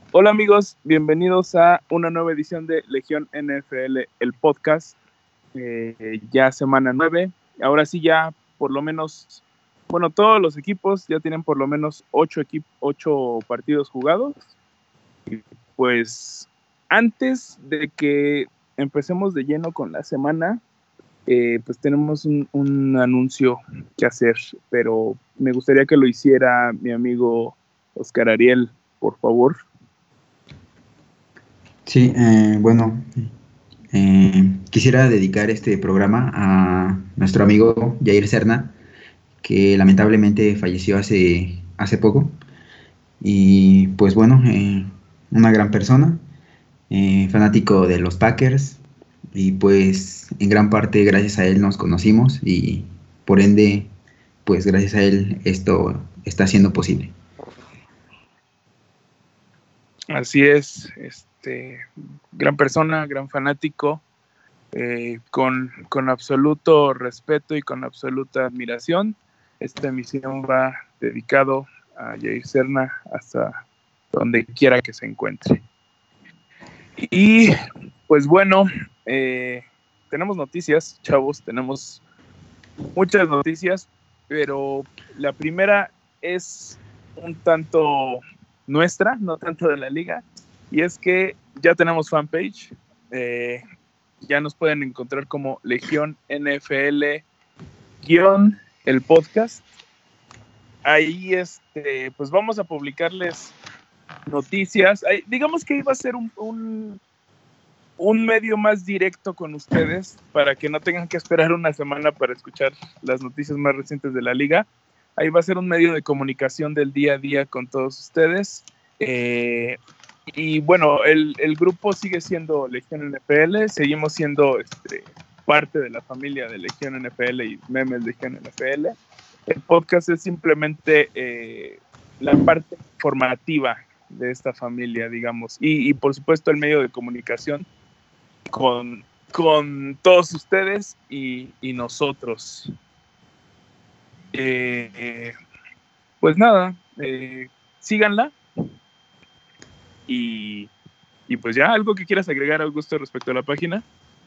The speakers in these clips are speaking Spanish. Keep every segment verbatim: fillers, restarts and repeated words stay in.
Hola amigos, bienvenidos a una nueva edición de Legión N F L, el podcast, eh, ya semana nueve, ahora sí ya por lo menos, bueno, todos los equipos ya tienen por lo menos ocho, equip- ocho partidos jugados. Y pues antes de que empecemos de lleno con la semana, eh, pues tenemos un, un anuncio que hacer, pero me gustaría que lo hiciera mi amigo Oscar Ariel, por favor. Sí, eh, bueno, eh, quisiera dedicar este programa a nuestro amigo Jair Serna, que lamentablemente falleció hace, hace poco. Y pues bueno, eh, una gran persona, eh, fanático de los Packers, y pues en gran parte gracias a él nos conocimos y por ende, pues gracias a él esto está siendo posible. Así es, este, gran persona, gran fanático, eh, con, con absoluto respeto y con absoluta admiración. Esta emisión va dedicado a Jair Serna hasta donde quiera que se encuentre. Y pues bueno, eh, tenemos noticias, chavos, tenemos muchas noticias, pero la primera es un tanto nuestra, no tanto de la liga, y es que ya tenemos fanpage, eh, ya nos pueden encontrar como Legión N F L guión el podcast. Ahí este, pues vamos a publicarles noticias. Ahí, digamos que iba a ser un, un, un medio más directo con ustedes para que no tengan que esperar una semana para escuchar las noticias más recientes de la liga. Ahí va a ser un medio de comunicación del día a día con todos ustedes. Eh, y bueno, el, el grupo sigue siendo Legión N F L, seguimos siendo este, parte de la familia de Legión N F L y Memes Legión N F L. El podcast es simplemente eh, la parte informativa de esta familia, digamos, y, y por supuesto el medio de comunicación con, con todos ustedes y, y nosotros. Eh, eh, pues nada, eh, síganla y, y pues ya, algo que quieras agregar, Augusto, respecto a la página.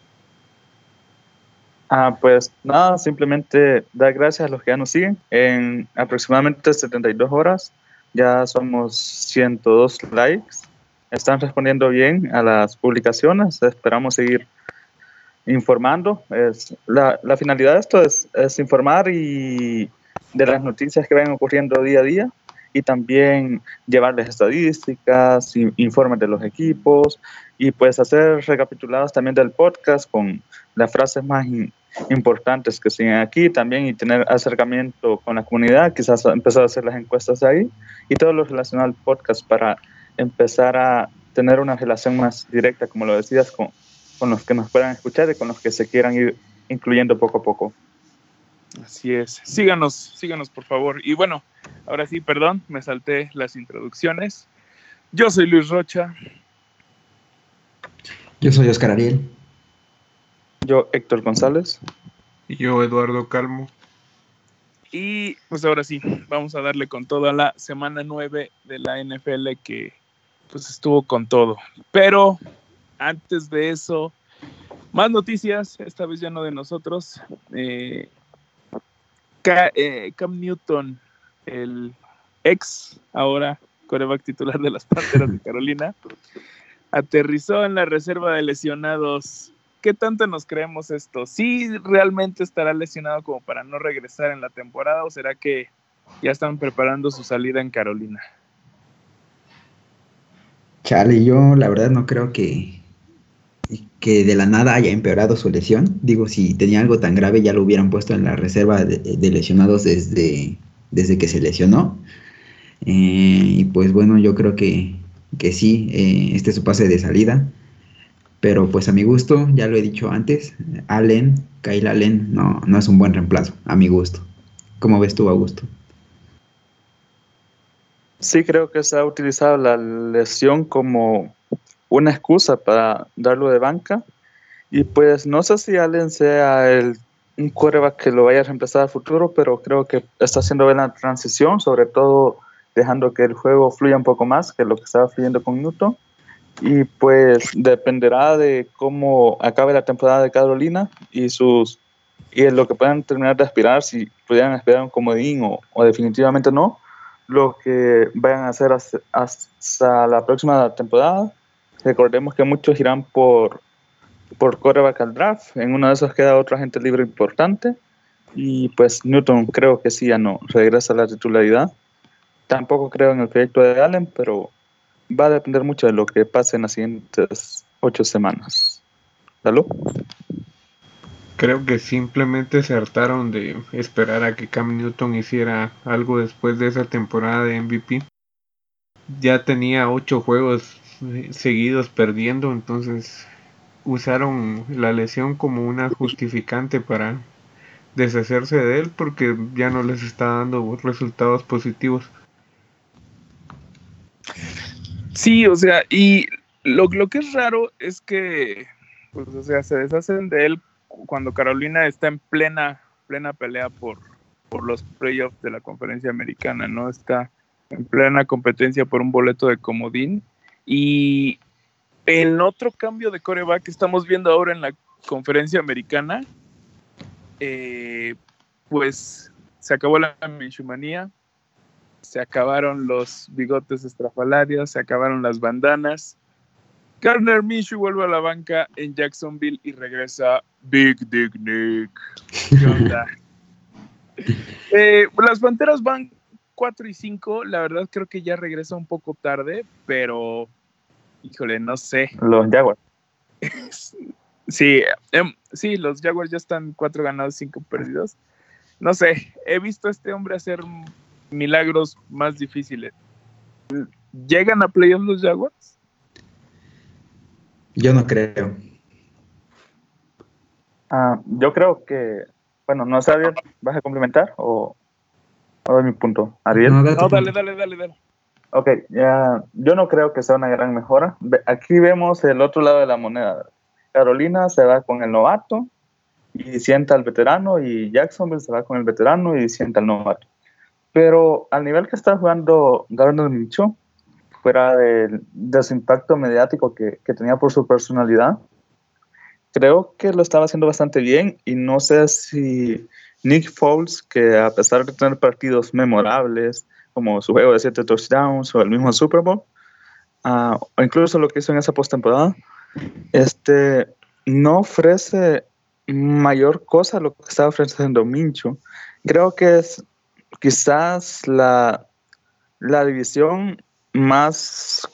Ah, pues nada, simplemente dar gracias a los que ya nos siguen. En aproximadamente setenta y dos horas ya somos ciento dos likes. Están respondiendo bien a las publicaciones. Esperamos seguir informando. Es, la, la finalidad de esto es, es informar y de las noticias que vayan ocurriendo día a día y también llevarles estadísticas, informes de los equipos y pues hacer recapitulados también del podcast con las frases más in, importantes que siguen aquí también y tener acercamiento con la comunidad, quizás empezar a hacer las encuestas ahí y todo lo relacionado al podcast para empezar a tener una relación más directa, como lo decías, con, con los que nos puedan escuchar y con los que se quieran ir incluyendo poco a poco. Así es. Síganos, síganos por favor. Y bueno, ahora sí, perdón, me salté las introducciones. Yo soy Luis Rocha. Yo soy Oscar Ariel. Yo, Héctor González. Y yo, Eduardo Calmo. Y pues ahora sí, vamos a darle con toda la semana nueve de la N F L que pues estuvo con todo. Pero antes de eso, más noticias, esta vez ya no de nosotros. Eh, Cam Newton, el ex, ahora quarterback titular de las Panteras de Carolina, aterrizó en la reserva de lesionados. ¿Qué tanto nos creemos esto? ¿Sí realmente estará lesionado como para no regresar en la temporada o será que ya están preparando su salida en Carolina? Chale, yo la verdad no creo que, que de la nada haya empeorado su lesión. Digo, si tenía algo tan grave ya lo hubieran puesto en la reserva de, de lesionados desde, desde que se lesionó. Eh, y pues bueno, yo creo que, que sí, eh, este es su pase de salida. Pero pues a mi gusto, ya lo he dicho antes, Allen, Kyle Allen no, no es un buen reemplazo, a mi gusto. ¿Cómo ves tú, Augusto? Sí, creo que se ha utilizado la lesión como una excusa para darlo de banca. Y pues no sé si Allen sea el, un quarterback que lo vaya a reemplazar al futuro, pero creo que está haciendo bien la transición, sobre todo dejando que el juego fluya un poco más que lo que estaba fluyendo con Newton. Y pues dependerá de cómo acabe la temporada de Carolina y sus y en lo que puedan terminar de aspirar, si pudieran aspirar un comodín o, o definitivamente no, lo que vayan a hacer hasta, hasta la próxima temporada. Recordemos que muchos irán por, por quarterback al draft, en uno de esos queda otro agente libre importante, y pues Newton creo que sí ya no regresa a la titularidad. Tampoco creo en el proyecto de Allen, pero va a depender mucho de lo que pase en las siguientes ocho semanas. ¿Salud? Creo que simplemente se hartaron de esperar a que Cam Newton hiciera algo después de esa temporada de M V P. Ya tenía ocho juegos seguidos perdiendo, entonces usaron la lesión como una justificante para deshacerse de él porque ya no les está dando resultados positivos. Sí, o sea, y lo, lo que es raro es que, pues, o sea, se deshacen de él cuando Carolina está en plena, plena pelea por, por los playoffs de la conferencia americana, ¿no? Está en plena competencia por un boleto de comodín. Y en otro cambio de quarterback que estamos viendo ahora en la conferencia americana, eh, pues se acabó la Minshew-manía, se acabaron los bigotes estrafalarios, se acabaron las bandanas. Gardner Minshew vuelve a la banca en Jacksonville y regresa Big Dick Nick. ¿Qué onda? eh, las Panteras van cuatro y cinco, la verdad creo que ya regresa un poco tarde, pero híjole, no sé. Los Jaguars. Sí, eh, sí, los Jaguars ya están cuatro ganados, cinco perdidos. No sé, he visto a este hombre hacer milagros más difíciles. ¿Llegan a playoffs los Jaguars? Yo no creo. Ah, yo creo que, bueno, no sé, Ariel, ¿vas a complementar o, o doy mi punto? Ariel. No, No, date dale, punto. dale, dale, dale. Ok, ya, yo no creo que sea una gran mejora. Ve- Aquí vemos el otro lado de la moneda. Carolina se va con el novato y sienta al veterano, y Jacksonville se va con el veterano y sienta al novato. Pero al nivel que está jugando Gardner Minshew, fuera de, de su impacto mediático que, que tenía por su personalidad, creo que lo estaba haciendo bastante bien, y no sé si Nick Foles, que a pesar de tener partidos memorables, como su juego de siete touchdowns o el mismo Super Bowl, uh, o incluso lo que hizo en esa postemporada, este, no ofrece mayor cosa a lo que estaba ofreciendo Minshew. Creo que es quizás la, la división más,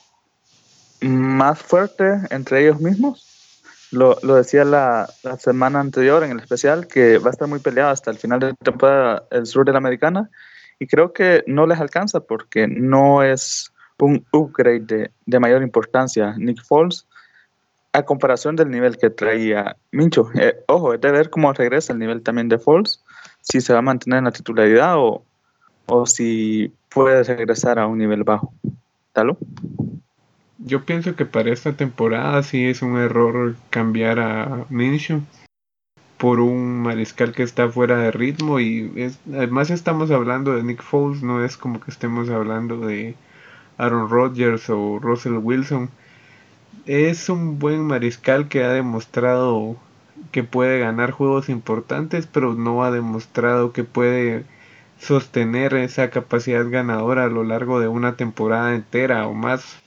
más fuerte entre ellos mismos. Lo, lo decía la, la semana anterior en el especial, que va a estar muy peleado hasta el final de la temporada el sur de la americana, y creo que no les alcanza porque no es un upgrade de, de mayor importancia Nick Foles a comparación del nivel que traía Minshew. Eh, ojo, es de ver cómo regresa el nivel también de Foles, si se va a mantener en la titularidad o, o si puede regresar a un nivel bajo. ¿Talo? Yo pienso que para esta temporada sí es un error cambiar a Minshew por un mariscal que está fuera de ritmo, y es, además estamos hablando de Nick Foles, no es como que estemos hablando de Aaron Rodgers o Russell Wilson. Es un buen mariscal que ha demostrado que puede ganar juegos importantes, pero no ha demostrado que puede sostener esa capacidad ganadora a lo largo de una temporada entera o más.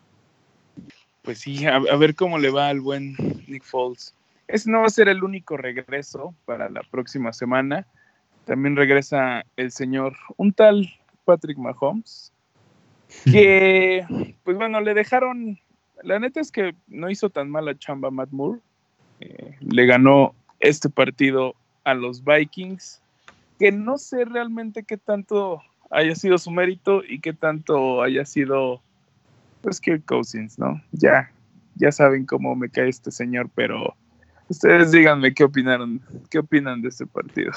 Pues sí, a, a ver cómo le va al buen Nick Foles. Ese no va a ser el único regreso para la próxima semana. También regresa el señor, un tal Patrick Mahomes, que, pues bueno, le dejaron, la neta es que no hizo tan mala chamba Matt Moore. Eh, le ganó este partido a los Vikings, que no sé realmente qué tanto haya sido su mérito y qué tanto haya sido, pues, Kirk Cousins, ¿no? Ya, ya saben cómo me cae este señor, pero ustedes díganme qué opinaron, qué opinan de este partido.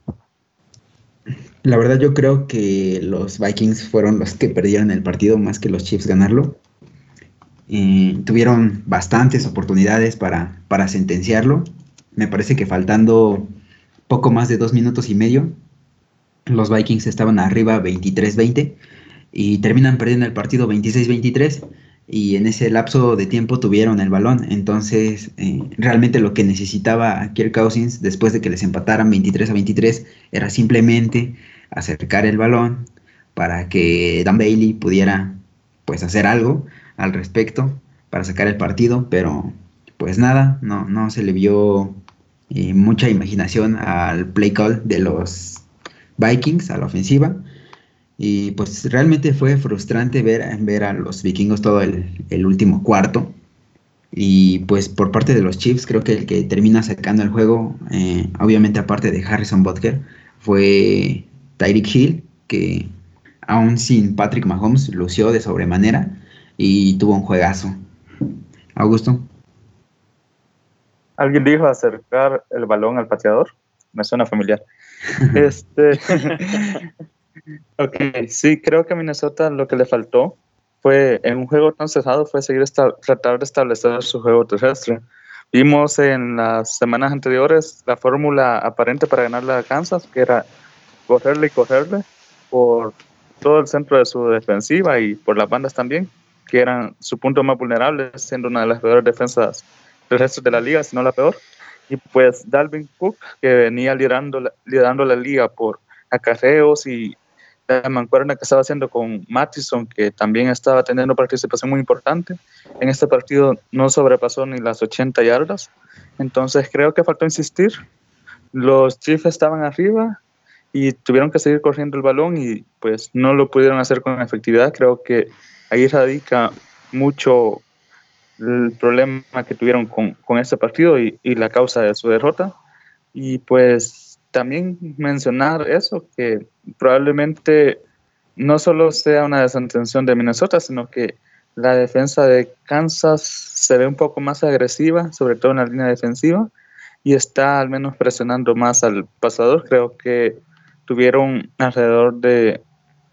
La verdad yo creo que los Vikings fueron los que perdieron el partido más que los Chiefs ganarlo. Eh, tuvieron bastantes oportunidades para, para sentenciarlo. Me parece que faltando poco más de dos minutos y medio, los Vikings estaban arriba veintitrés veinte y terminan perdiendo el partido veintiséis veintitrés, y en ese lapso de tiempo tuvieron el balón. Entonces, eh, realmente lo que necesitaba Kirk Cousins después de que les empataran veintitrés a veintitrés era simplemente acercar el balón para que Dan Bailey pudiera pues hacer algo al respecto para sacar el partido, pero pues nada, no, no se le vio eh, mucha imaginación al play call de los Vikings a la ofensiva. Y pues realmente fue frustrante ver, ver a los vikingos todo el, el último cuarto. Y pues por parte de los Chiefs, creo que el que termina sacando el juego, eh, obviamente aparte de Harrison Butker, fue Tyreek Hill, que aún sin Patrick Mahomes lució de sobremanera y tuvo un juegazo. Augusto. ¿Alguien dijo acercar el balón al pateador? Me suena familiar. este... Ok, sí, creo que a Minnesota lo que le faltó fue, en un juego tan cerrado, fue seguir esta, tratar de establecer su juego terrestre. Vimos en las semanas anteriores la fórmula aparente para ganarle a Kansas, que era correrle y correrle por todo el centro de su defensiva y por las bandas también, que eran su punto más vulnerable, siendo una de las peores defensas terrestres de la liga, si no la peor. Y pues Dalvin Cook, que venía liderando la, liderando la liga por acarreos y la mancuerna que estaba haciendo con Mattison, que también estaba teniendo participación muy importante. En este partido no sobrepasó ni las ochenta yardas. Entonces creo que faltó insistir. Los Chiefs estaban arriba y tuvieron que seguir corriendo el balón y pues no lo pudieron hacer con efectividad. Creo que ahí radica mucho el problema que tuvieron con, con este partido y, y la causa de su derrota. Y pues también mencionar eso, que probablemente no solo sea una desatención de Minnesota, sino que la defensa de Kansas se ve un poco más agresiva, sobre todo en la línea defensiva, y está al menos presionando más al pasador. Creo que tuvieron alrededor de,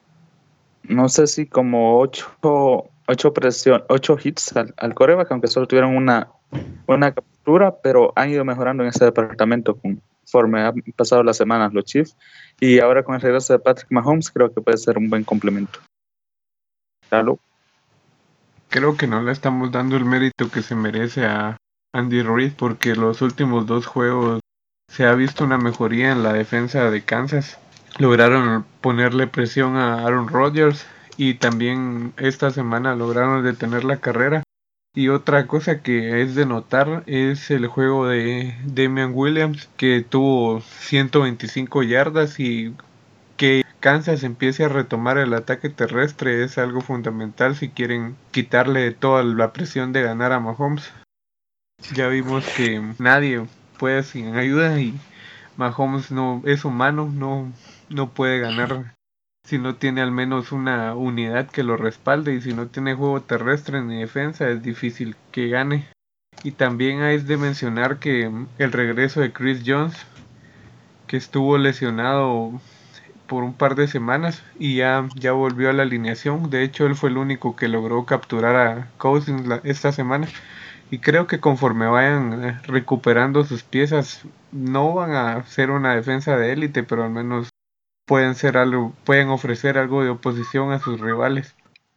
no sé si como ocho, ocho, presión, ocho hits al, al quarterback, aunque solo tuvieron una, una captura, pero han ido mejorando en ese departamento conforme han pasado las semanas los Chiefs, y ahora con el regreso de Patrick Mahomes creo que puede ser un buen complemento. ¿Aló? Creo que no le estamos dando el mérito que se merece a Andy Reid, porque los últimos dos juegos se ha visto una mejoría en la defensa de Kansas. Lograron ponerle presión a Aaron Rodgers y también esta semana lograron detener la carrera. Y otra cosa que es de notar es el juego de Damian Williams, que tuvo ciento veinticinco yardas, y que Kansas empiece a retomar el ataque terrestre es algo fundamental si quieren quitarle toda la presión de ganar a Mahomes. Ya vimos que nadie puede sin ayuda y Mahomes no es humano, no, no puede ganar si no tiene al menos una unidad que lo respalde, y si no tiene juego terrestre ni defensa es difícil que gane. Y también es de mencionar que el regreso de Chris Jones, que estuvo lesionado por un par de semanas y ya, ya volvió a la alineación. De hecho, él fue el único que logró capturar a Cousins la, esta semana. Y creo que conforme vayan recuperando sus piezas, no van a ser una defensa de élite, pero al menos pueden ser algo, pueden ofrecer algo de oposición a sus rivales.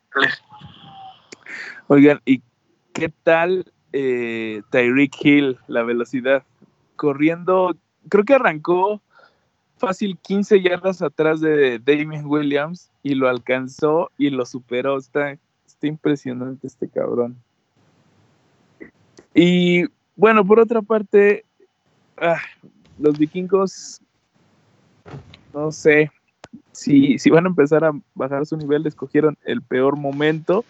Oigan, ¿y qué tal eh, Tyreek Hill, la velocidad? Corriendo, creo que arrancó fácil quince yardas atrás de Damian Williams y lo alcanzó y lo superó. Está, está impresionante este cabrón. Y bueno, por otra parte, ah, los vikingos, no sé si, si van a empezar a bajar su nivel. Escogieron el peor momento.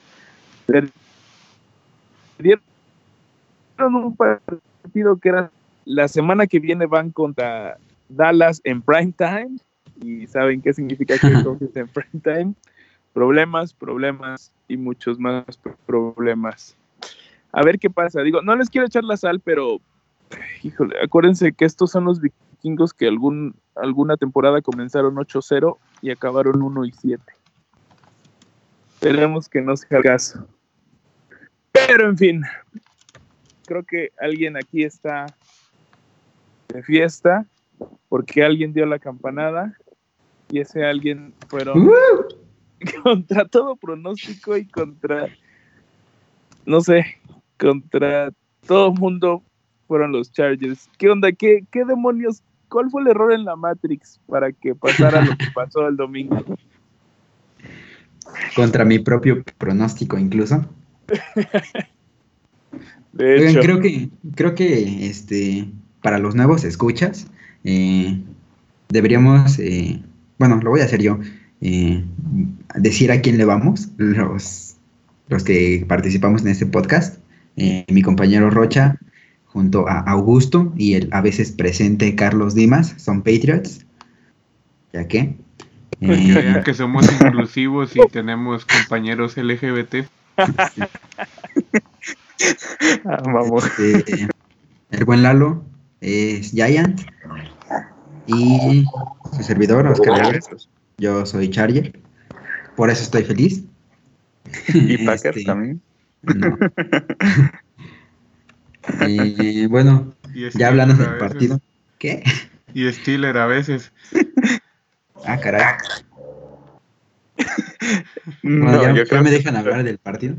Dieron un partido que era la semana que viene, van contra Dallas en prime time, y saben qué significa que en prime time. Problemas, problemas y muchos más problemas. A ver qué pasa. Digo, no les quiero echar la sal, pero híjole, acuérdense que estos son los vikingos que algún, alguna temporada comenzaron ocho cero y acabaron uno y siete. Esperemos que no sea el caso. Pero en fin, creo que alguien aquí está de fiesta porque alguien dio la campanada y ese alguien fueron uh. contra todo pronóstico y contra, no sé, contra todo mundo fueron los Chargers. ¿Qué onda? ¿Qué, qué demonios? ¿Cuál fue el error en la Matrix para que pasara lo que pasó el domingo? Contra mi propio pronóstico incluso. De Oigan, hecho, creo que, creo que este, para los nuevos escuchas, eh, deberíamos, eh, bueno, lo voy a hacer yo, eh, decir a quién le vamos, los, los que participamos en este podcast. Eh, mi compañero Rocha, junto a Augusto y el a veces presente Carlos Dimas, son Patriots, ya que... Para que eh, vean que somos inclusivos y tenemos compañeros L G B T. Ah, vamos. este, el buen Lalo es Giant y su servidor, Oscar Galvez. Yo soy Charger, por eso estoy feliz. Y Packers Este, también. no. Eh, bueno, Y ya hablando Steeler a del veces. partido. ¿Qué? Y Steeler a veces. Ah, caray. Bueno, No, ya, yo ya creo me que dejan hablar del partido.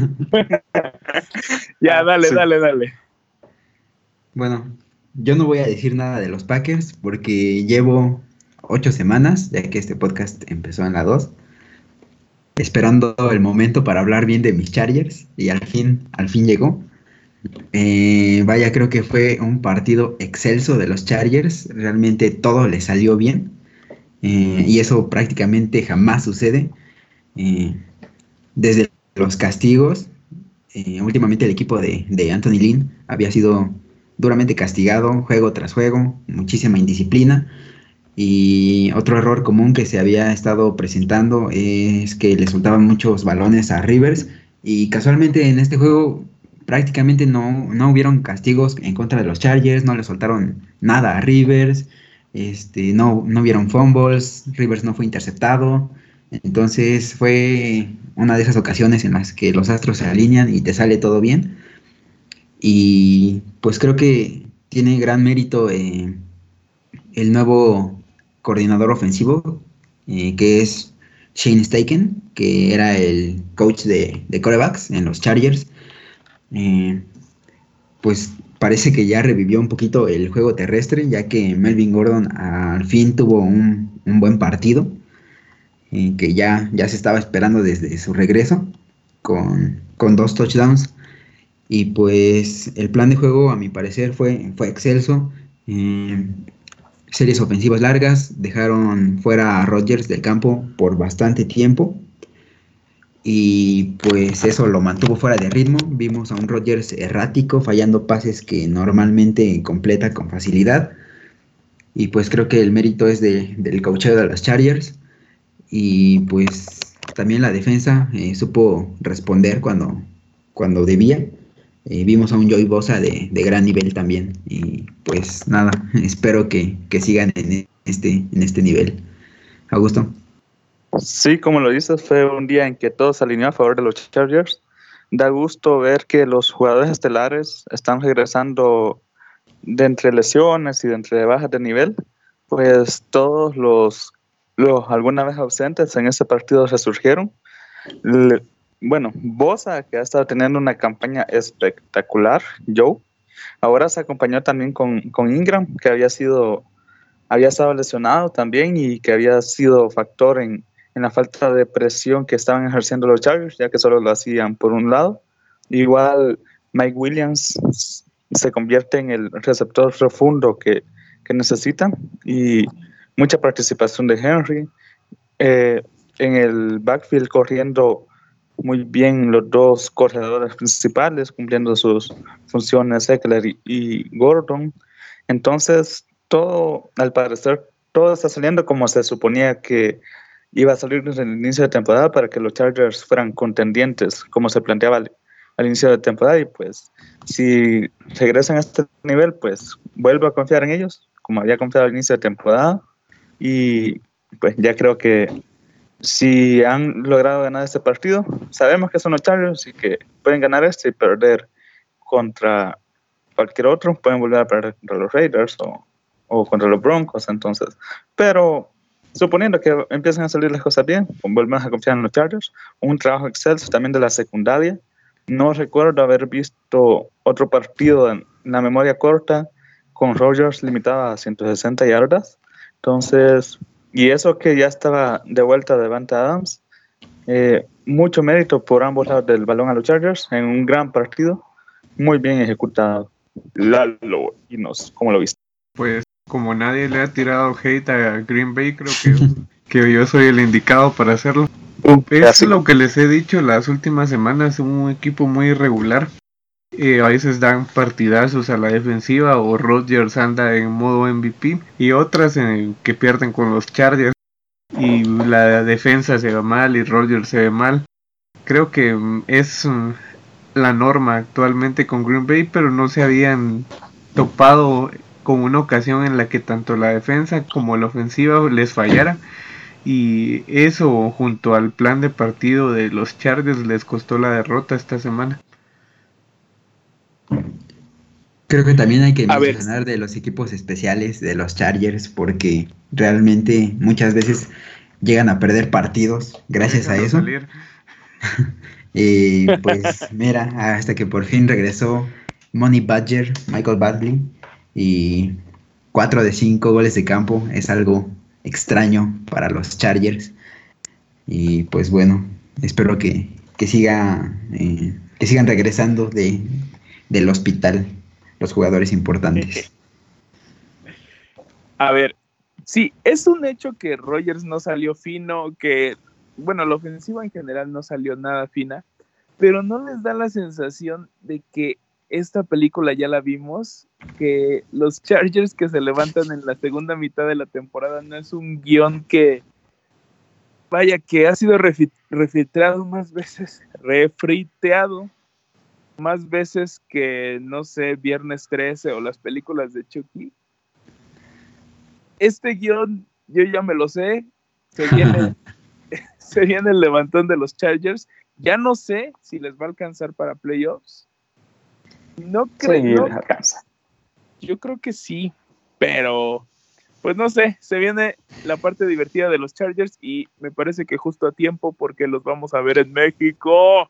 ya, Ah, dale, sí. dale, dale. Bueno, yo no voy a decir nada de los Packers porque llevo ocho semanas, ya que este podcast empezó en la dos, esperando el momento para hablar bien de mis Chargers y al fin, al fin llegó. Eh, vaya, creo que fue un partido excelso de los Chargers, realmente todo le salió bien, eh, y eso prácticamente jamás sucede. Eh, desde los castigos, eh, últimamente el equipo de, de Anthony Lynn había sido duramente castigado juego tras juego, muchísima indisciplina. Y otro error común que se había estado presentando es que le soltaban muchos balones a Rivers. Y casualmente en este juego prácticamente no, no hubieron castigos en contra de los Chargers, no le soltaron nada a Rivers, este, no, no hubieron fumbles, Rivers no fue interceptado. Entonces fue una de esas ocasiones en las que los astros se alinean y te sale todo bien. Y pues creo que tiene gran mérito eh, el nuevo coordinador ofensivo, eh, que es Shane Steichen, que era el coach de, de quarterbacks en los Chargers. Eh, pues parece que ya revivió un poquito el juego terrestre, ya que Melvin Gordon al fin tuvo un, un buen partido, eh, que ya, ya se estaba esperando desde su regreso, con, con dos touchdowns. Y pues el plan de juego, a mi parecer, fue, fue excelso. Eh, series ofensivas largas, dejaron fuera a Rodgers del campo por bastante tiempo y pues eso lo mantuvo fuera de ritmo. Vimos a un Rodgers errático, fallando pases que normalmente completa con facilidad, y pues creo que el mérito es de, del coacheo de los Chargers. Y pues también la defensa eh, supo responder cuando, cuando debía. Eh, vimos a un Joey Bosa de, de gran nivel también. Y pues nada, espero que, que sigan en este, en este nivel. Augusto. Sí, como lo dices, fue un día en que todo se alineó a favor de los Chargers. Da gusto ver que los jugadores estelares están regresando de entre lesiones y de entre bajas de nivel. Pues todos los, los alguna vez ausentes en ese partido resurgieron. Le- bueno, Bosa, que ha estado teniendo una campaña espectacular, Joe, ahora se acompañó también con, con Ingram, que había sido había estado lesionado también y que había sido factor en, en la falta de presión que estaban ejerciendo los Chargers, ya que solo lo hacían por un lado. Igual Mike Williams se convierte en el receptor profundo que, que necesitan, y mucha participación de Henry. Eh, en el backfield corriendo muy bien los dos corredores principales, cumpliendo sus funciones, Eckler y, y Gordon. Entonces, todo, al parecer, todo está saliendo como se suponía que iba a salir desde el inicio de temporada para que los Chargers fueran contendientes, como se planteaba al, al inicio de temporada. Y pues, si regresan a este nivel, pues vuelvo a confiar en ellos, como había confiado al inicio de temporada. Y pues ya creo que si han logrado ganar este partido, sabemos que son los Chargers y que pueden ganar este y perder contra cualquier otro, pueden volver a perder contra los Raiders o, o contra los Broncos, entonces, pero suponiendo que empiezan a salir las cosas bien, volvemos a confiar en los Chargers, un trabajo excelso también de la secundaria. No recuerdo haber visto otro partido en la memoria corta con Rodgers limitado a ciento sesenta yardas. Entonces, y eso que ya estaba de vuelta Davante Adams, eh, mucho mérito por ambos lados del balón a los Chargers en un gran partido, muy bien ejecutado. Lalo, y nos, ¿cómo lo viste? Pues como nadie le ha tirado hate a Green Bay, creo que, que yo soy el indicado para hacerlo. Es lo que les he dicho las últimas semanas, un equipo muy irregular. Eh, a veces dan partidazos a la defensiva o Rodgers anda en modo M V P y otras en que pierden con los Chargers y la defensa se ve mal y Rodgers se ve mal. Creo que es la norma actualmente con Green Bay, pero no se habían topado con una ocasión en la que tanto la defensa como la ofensiva les fallara. Y eso, junto al plan de partido de los Chargers, les costó la derrota esta semana. Creo que también hay que A mencionar ver. de los equipos especiales de los Chargers, porque realmente muchas veces llegan a perder partidos gracias a eso. Y pues mira, hasta que por fin regresó Money Badger, Michael Badgley, y cuatro de cinco goles de campo es algo extraño para los Chargers. Y pues bueno, espero que, que siga eh, que sigan regresando de, del hospital los jugadores importantes. A ver, sí, es un hecho que Rodgers no salió fino, que, bueno, la ofensiva en general no salió nada fina, pero ¿no les da la sensación de que esta película ya la vimos? Que los Chargers que se levantan en la segunda mitad de la temporada no es un guión que, vaya, que ha sido refi- refiltrado más veces, refriteado más veces que, no sé, Viernes trece o las películas de Chucky. Este guión yo ya me lo sé, se viene, se viene el levantón de los Chargers, ya no sé si les va a alcanzar para playoffs. No creo, Sí, no, les alcanza. yo creo que sí, pero pues no sé, se viene la parte divertida de los Chargers y me parece que justo a tiempo porque los vamos a ver en México.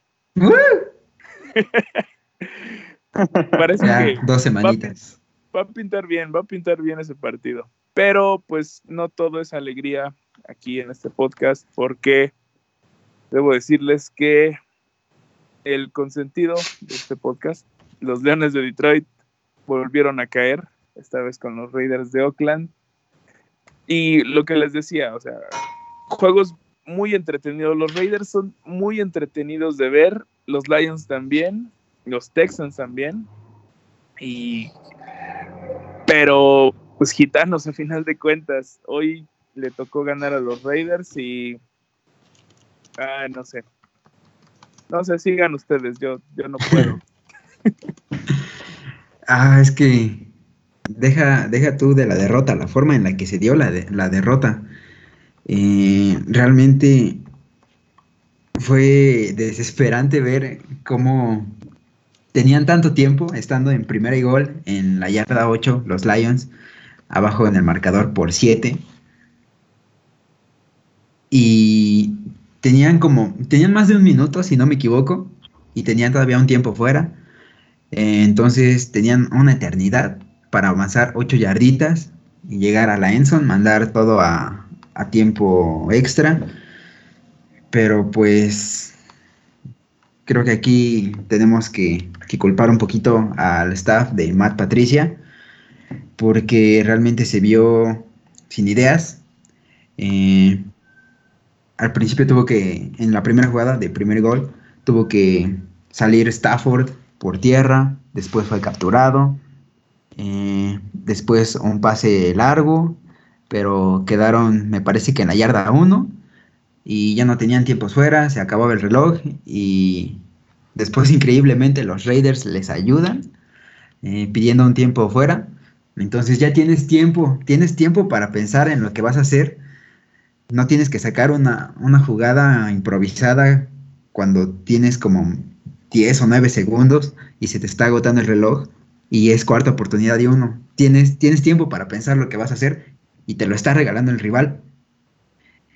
Parece Ya, que dos semanitas. va, va a pintar bien, va a pintar bien ese partido. Pero pues no todo es alegría aquí en este podcast, porque debo decirles que el consentido de este podcast, los Leones de Detroit, volvieron a caer, esta vez con los Raiders de Oakland. Y lo que les decía, o sea, juegos muy entretenidos. Los Raiders son muy entretenidos de ver, los Lions también, los Texans también. Y pero pues gitanos a final de cuentas, hoy le tocó ganar a los Raiders y ah, no sé. No sé, sigan ustedes, yo, yo no puedo. Ah, es que deja, deja tú de la derrota, la forma en la que se dio la, de, la derrota. Eh, realmente fue desesperante ver cómo tenían tanto tiempo estando en primera y gol en la yarda ocho, los Lions, abajo en el marcador por siete. Y tenían como, tenían más de un minuto, si no me equivoco, y tenían todavía un tiempo fuera. Eh, entonces tenían una eternidad para avanzar ocho yarditas y llegar a la endzone, mandar todo a, a tiempo extra. Pero pues creo que aquí tenemos que, que culpar un poquito al staff de Matt Patricia, porque realmente se vio sin ideas. Eh, al principio tuvo que, en la primera jugada de primer gol, tuvo que salir Stafford por tierra, después fue capturado, eh, después un pase largo, pero quedaron, me parece que en la yarda uno, y ya no tenían tiempos fuera, se acababa el reloj, y después increíblemente los Raiders les ayudan, eh, pidiendo un tiempo fuera. Entonces ya tienes tiempo, tienes tiempo para pensar en lo que vas a hacer. No tienes que sacar una, una jugada improvisada cuando tienes como diez o nueve segundos y se te está agotando el reloj y es cuarta oportunidad de uno. Tienes, tienes tiempo para pensar lo que vas a hacer y te lo está regalando el rival.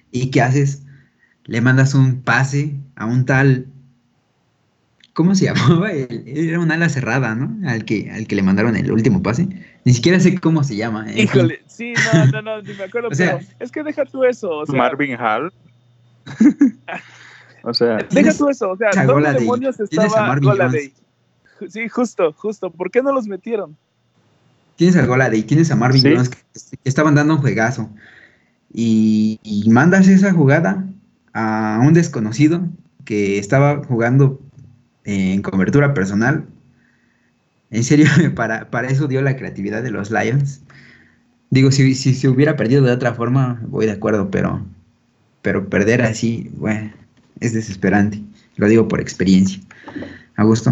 ¿Y qué haces? Le mandas un pase a un tal, ¿cómo se llamaba? Él? Era un ala cerrada, ¿no? Al que, al que le mandaron el último pase. Ni siquiera sé cómo se llama, en fin. Híjole, sí, no, no, no, ni me acuerdo, O sea, pero es que deja tú eso, o sea, Marvin Hall. O sea, deja tienes tú eso, o sea, a ¿dónde Goladay, demonios tienes a estaba Marvin Goladay? Jones, Sí, justo, justo, ¿por qué no los metieron? tienes a Goladay, tienes a Marvin sí, Jones que, que estaban dando un juegazo. Y, y mandas esa jugada a un desconocido que estaba jugando en cobertura personal. En serio, para, para eso dio la creatividad de los Lions. Digo, si, si se hubiera perdido de otra forma, voy de acuerdo, pero, pero perder así, bueno, es desesperante. Lo digo por experiencia. A gusto.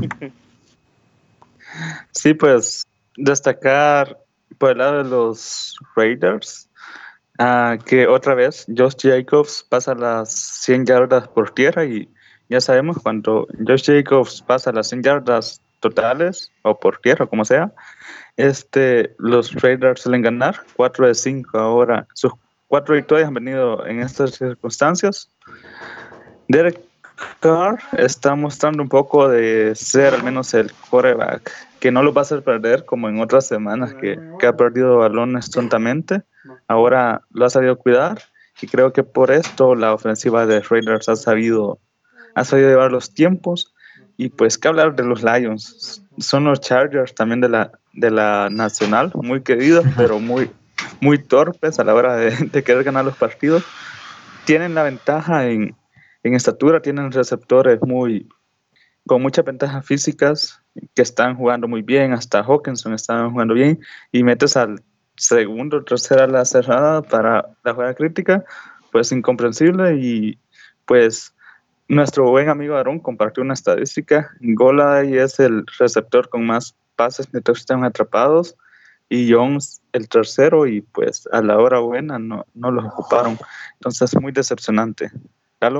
sí, pues destacar por el lado de los Raiders, ah, que otra vez Josh Jacobs pasa las cien yardas por tierra y ya sabemos cuando Josh Jacobs pasa las cien yardas totales o por tierra, como sea, este, los Raiders suelen ganar cuatro de cinco ahora. Sus cuatro victorias han venido en estas circunstancias. Derek Carr está mostrando un poco de ser al menos el quarterback que no lo va a hacer perder como en otras semanas que, que ha perdido balones tontamente. Ahora lo ha sabido cuidar y creo que por esto la ofensiva de Raiders ha sabido, ha sabido llevar los tiempos. Y pues qué hablar de los Lions, son los Chargers también de la, de la nacional, muy queridos pero muy, muy torpes a la hora de, de querer ganar los partidos. Tienen la ventaja en, en estatura, tienen receptores muy, con muchas ventajas físicas que están jugando muy bien, hasta Hawkinson están jugando bien, y metes al segundo o tercera ala cerrada para la jugada crítica, pues incomprensible. Y pues nuestro buen amigo Aaron compartió una estadística. Goladay es el receptor con más pases de touchdown atrapados y Jones el tercero, y pues a la hora buena no, no los ocuparon. Entonces muy decepcionante. ¿Calo?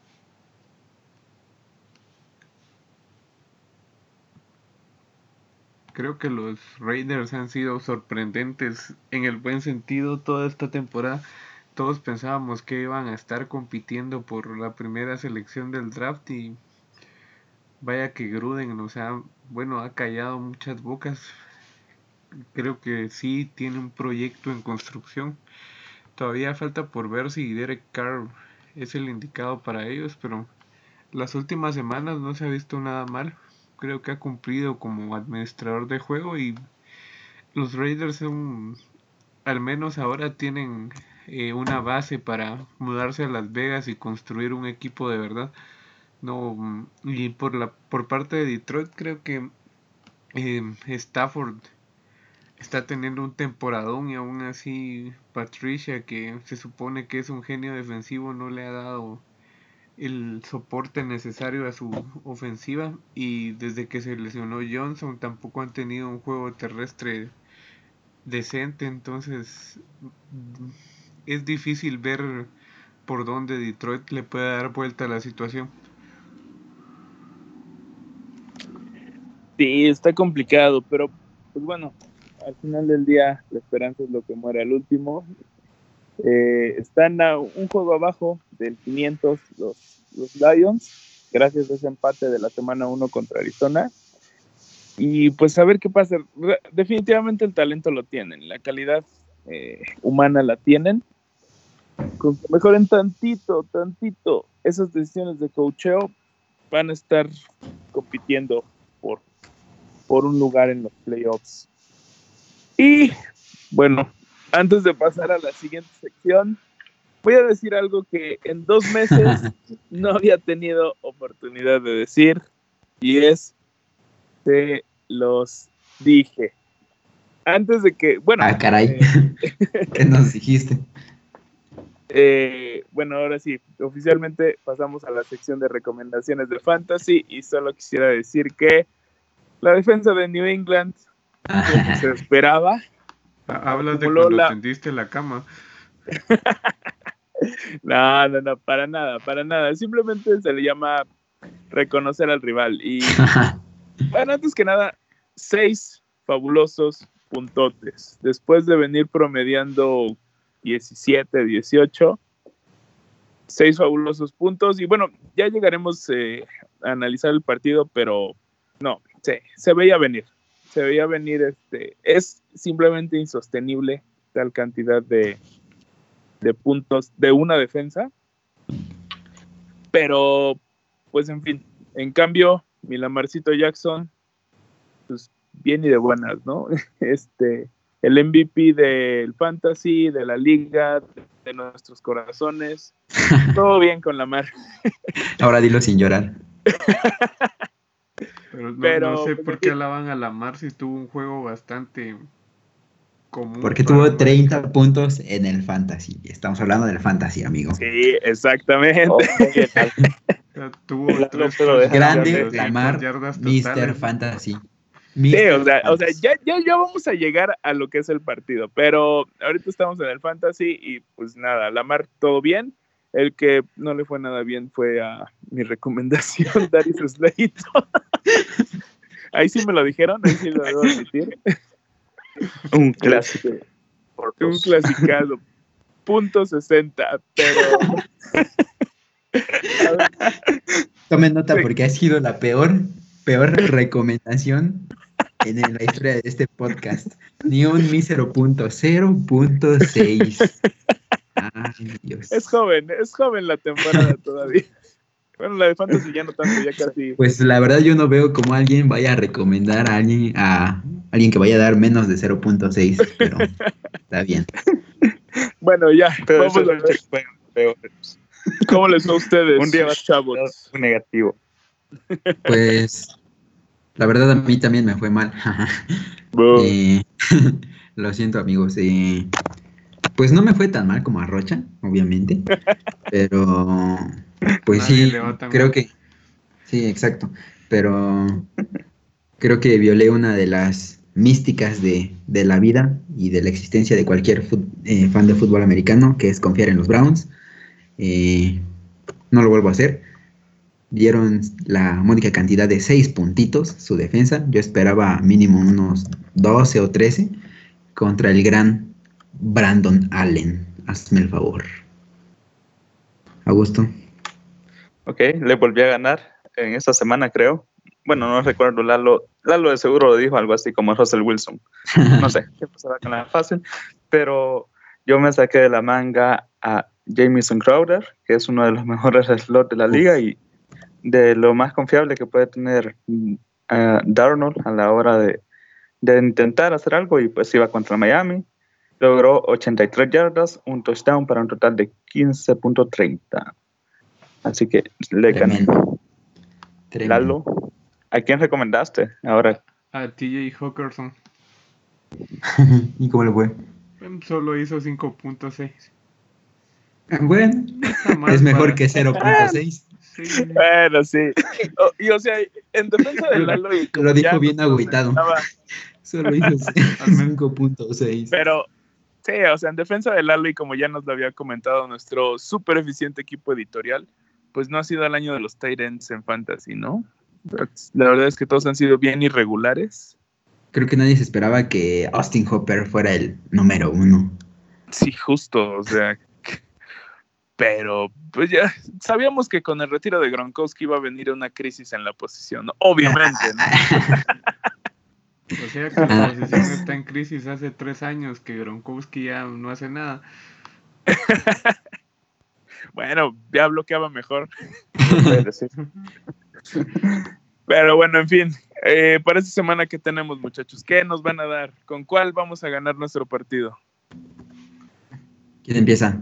Creo que los Raiders han sido sorprendentes en el buen sentido toda esta temporada. Todos pensábamos que iban a estar compitiendo por la primera selección del draft y vaya que Gruden, o sea, bueno, ha callado muchas bocas. Creo que sí tiene un proyecto en construcción. Todavía falta por ver si Derek Carr es el indicado para ellos, pero las últimas semanas no se ha visto nada mal. Creo que ha cumplido como administrador de juego y los Raiders son, al menos ahora tienen eh, una base para mudarse a Las Vegas y construir un equipo de verdad. No, mm, y por la por parte de Detroit creo que eh, Stafford está teniendo un temporadón y aún así Patricia, que se supone que es un genio defensivo, no le ha dado el soporte necesario a su ofensiva, y desde que se lesionó Johnson tampoco han tenido un juego terrestre decente. Entonces es difícil ver por dónde Detroit le puede dar vuelta a la situación. Sí, está complicado, pero pues bueno, al final del día la esperanza es lo que muere al último. Eh, están a un juego abajo del quinientos los, los Lions, gracias a ese empate de la semana uno contra Arizona. Y pues a ver qué pasa. Re- definitivamente el talento lo tienen, la calidad eh, humana la tienen. Con que mejoren tantito, tantito esas decisiones de coacheo, van a estar compitiendo por, por un lugar en los playoffs. Y bueno, antes de pasar a la siguiente sección, voy a decir algo que en dos meses no había tenido oportunidad de decir, y es, te los dije. Antes de que, bueno, Ah, caray. eh, ¿Qué nos dijiste? eh, bueno, ahora sí, oficialmente pasamos a la sección de recomendaciones de Fantasy, y solo quisiera decir que la defensa de New England, como se esperaba, Hablas de acumuló cuando la... tendiste la cama. No, no, no, para nada, para nada. Simplemente se le llama reconocer al rival. Y bueno, antes que nada, seis fabulosos puntotes. Después de venir promediando diecisiete, dieciocho, seis fabulosos puntos. Y bueno, ya llegaremos eh, a analizar el partido, pero no, se, se veía venir. Se veía venir, este, es simplemente insostenible tal cantidad de, de puntos de una defensa. Pero, pues en fin, en cambio, mi Lamarcito Jackson, pues bien y de buenas, ¿no? Este, el M V P del Fantasy, de la Liga, de, de nuestros corazones. Todo bien con Lamar. Ahora dilo sin llorar. Pero no, Pero, no sé pues, por en qué fin. alaban a Lamar si tuvo un juego bastante común. Porque para tuvo un treinta mariscal. puntos en el Fantasy. Estamos hablando del Fantasy, amigo. Sí, exactamente. Oye, Lalo, O sea, tuvo Lalo, tres pero deja touchdowns y Grande de- doscientas Lamar, yardas mister totales. Fantasy. Sí, mister o sea, o sea Fantasy. ya, ya, ya vamos a llegar a lo que es el partido, pero ahorita estamos en el Fantasy y pues nada, Lamar todo bien. El que no le fue nada bien fue a mi recomendación, Darius Slade. Ahí sí me lo dijeron, ahí sí lo debo admitir. un clásico. Este, Por un dos. clasicado, punto sesenta, pero a ver, Tomen nota sí. porque ha sido la peor, peor recomendación en la historia de este podcast. Ni un mísero punto, cero punto seis. Ay, Dios. Es joven, es joven la temporada todavía. Bueno, la de Fantasy ya no tanto, ya casi. Pues la verdad yo no veo cómo alguien vaya a recomendar a alguien, a alguien que vaya a dar menos de cero punto seis, pero está bien. Bueno, ya, Pero vamos eso a es ver checkpoint peor. cómo les va a ustedes, Un día va a ser chavos. un negativo. Pues la verdad a mí también me fue mal. Buh. Eh, lo siento amigos. eh, pues no me fue tan mal como a Rocha, obviamente, pero pues Nadie sí, le va tan creo mal. que sí, exacto, pero creo que violé una de las místicas de, de la vida y de la existencia de cualquier fut- eh, fan de fútbol americano, que es confiar en los Browns. Eh, no lo vuelvo a hacer. Dieron la módica cantidad de seis puntitos su defensa. Yo esperaba mínimo unos doce o trece contra el gran Brandon Allen. Hazme el favor. Augusto. Ok, le volví a ganar en esta semana, creo. Bueno, no recuerdo, Lalo, Lalo de seguro lo dijo algo así como Russell Wilson. No sé qué pasará con la fácil, pero yo me saqué de la manga a Jamison Crowder, que es uno de los mejores slots de la liga y de lo más confiable que puede tener uh, Darnold a la hora de, de intentar hacer algo, y pues iba contra Miami. Logró ochenta y tres yardas, un touchdown para un total de quince punto treinta. Así que le gané. Tremendo. Tremendo. Lalo, ¿a quién recomendaste? Ahora, A T J Hawkinson. ¿Y cómo le fue? Solo hizo cinco punto seis. Bueno, No está mal es mejor para- que cero punto seis. Sí, Bueno, sí. O- y o sea, en defensa de Lalo, y como Lo dijo ya bien nos- nos agüitado. mencionaba, Solo hizo Al menos. cinco punto seis. pero sí, o sea, en defensa de Lalo, y como ya nos lo había comentado nuestro súper eficiente equipo editorial, pues no ha sido el año de los tight ends en Fantasy, ¿no? La verdad es que todos han sido bien irregulares. Creo que nadie se esperaba que Austin Hopper fuera el número uno. Sí, justo, o sea, pero pues ya sabíamos que con el retiro de Gronkowski iba a venir una crisis en la posición, ¿no? Obviamente, ¿no? O sea que la posición está en crisis hace tres años, que Gronkowski ya no hace nada. Bueno, ya bloqueaba mejor. puede decir. Pero bueno, en fin, eh, para esta semana que tenemos, muchachos, ¿qué nos van a dar? ¿Con cuál vamos a ganar nuestro partido? ¿Quién empieza?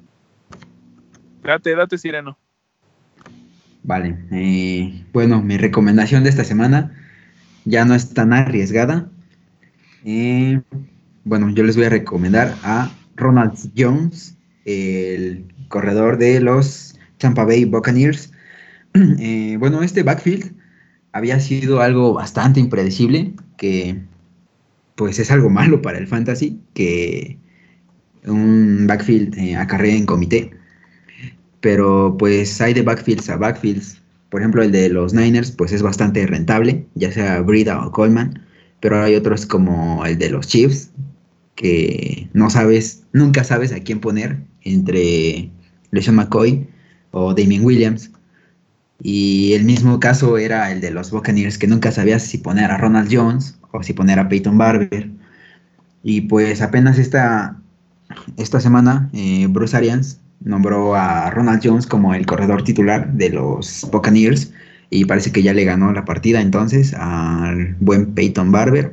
Date, date, Sireno. Vale. eh, bueno, mi recomendación de esta semana ya no es tan arriesgada. Eh, bueno, yo les voy a recomendar a Ronald Jones, el corredor de los Tampa Bay Buccaneers. Eh, bueno, este backfield había sido algo bastante impredecible, que pues es algo malo para el fantasy, que un backfield eh, acarrea en comité. Pero pues hay de backfields a backfields. Por ejemplo, el de los Niners pues es bastante rentable, ya sea Breida o Coleman. Pero hay otros como el de los Chiefs, que no sabes, nunca sabes a quién poner entre LeSean McCoy o Damien Williams. Y el mismo caso era el de los Buccaneers, que nunca sabías si poner a Ronald Jones o si poner a Peyton Barber. Y pues apenas esta, esta semana eh, Bruce Arians nombró a Ronald Jones como el corredor titular de los Buccaneers y parece que ya le ganó la partida entonces al buen Peyton Barber.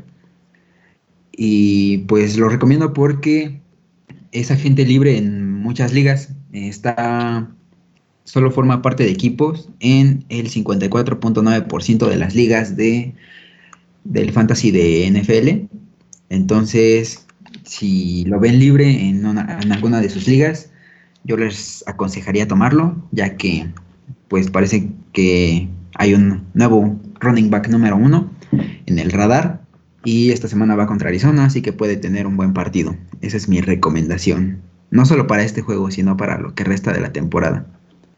Y pues lo recomiendo porque es agente libre en muchas ligas. Está, solo forma parte de equipos en el cincuenta y cuatro punto nueve por ciento de las ligas de, del fantasy de N F L. Entonces, si lo ven libre en, una, en alguna de sus ligas, yo les aconsejaría tomarlo, ya que pues parece que hay un nuevo running back número uno en el radar y esta semana va contra Arizona, así que puede tener un buen partido. Esa es mi recomendación, no solo para este juego, sino para lo que resta de la temporada.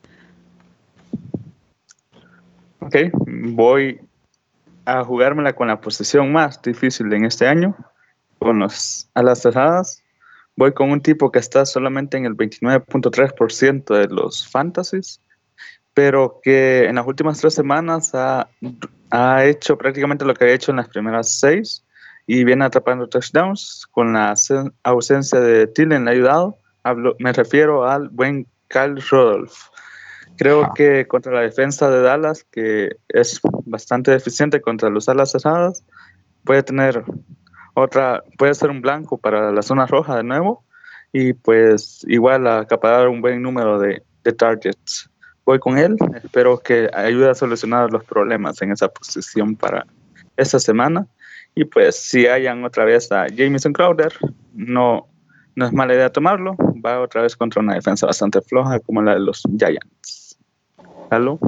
Ok, voy a jugármela con la posición más difícil en este año, con los alas cerradas. Voy con un tipo que está solamente en el veintinueve punto tres por ciento de los fantasies, pero que en las últimas tres semanas ha, ha hecho prácticamente lo que ha hecho en las primeras seis y viene atrapando touchdowns. Con la ausencia de Thielen le ha ayudado. Hablo, me refiero al buen Kyle Rudolph. Creo que contra la defensa de Dallas, que es bastante deficiente contra los alas cerradas, puede tener otra, puede ser un blanco para la zona roja de nuevo y pues igual acaparar un buen número de, de targets. Voy con él, espero que ayude a solucionar los problemas en esa posición para esta semana. Y pues si hayan otra vez a Jamison Crowder, no, no es mala idea tomarlo. Va otra vez contra una defensa bastante floja como la de los Giants. ¿Aló?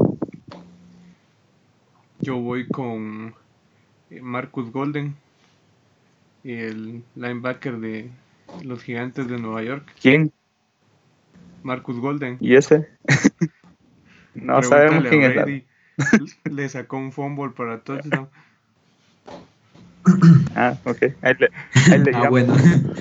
Yo voy con Marcus Golden, el linebacker de los Gigantes de Nueva York. ¿Quién? Marcus Golden. ¿Y ese? No sabemos quién es. Le sacó un fumble para touchdown. Ah, ok. Ahí le, ahí le ah, bueno.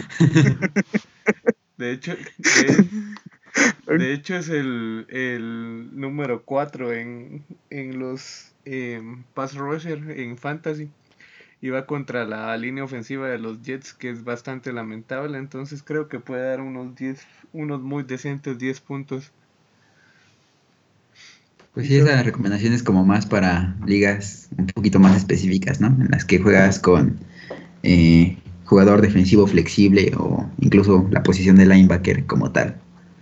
De hecho, de, de hecho es el, el número cuatro en, en los eh, pass rusher en fantasy. Y va contra la línea ofensiva de los Jets, que es bastante lamentable. Entonces creo que puede dar unos diez, unos muy decentes diez puntos. Pues sí, esa recomendación es como más para ligas un poquito más específicas, ¿no? En las que juegas con eh, jugador defensivo flexible o incluso la posición de linebacker como tal.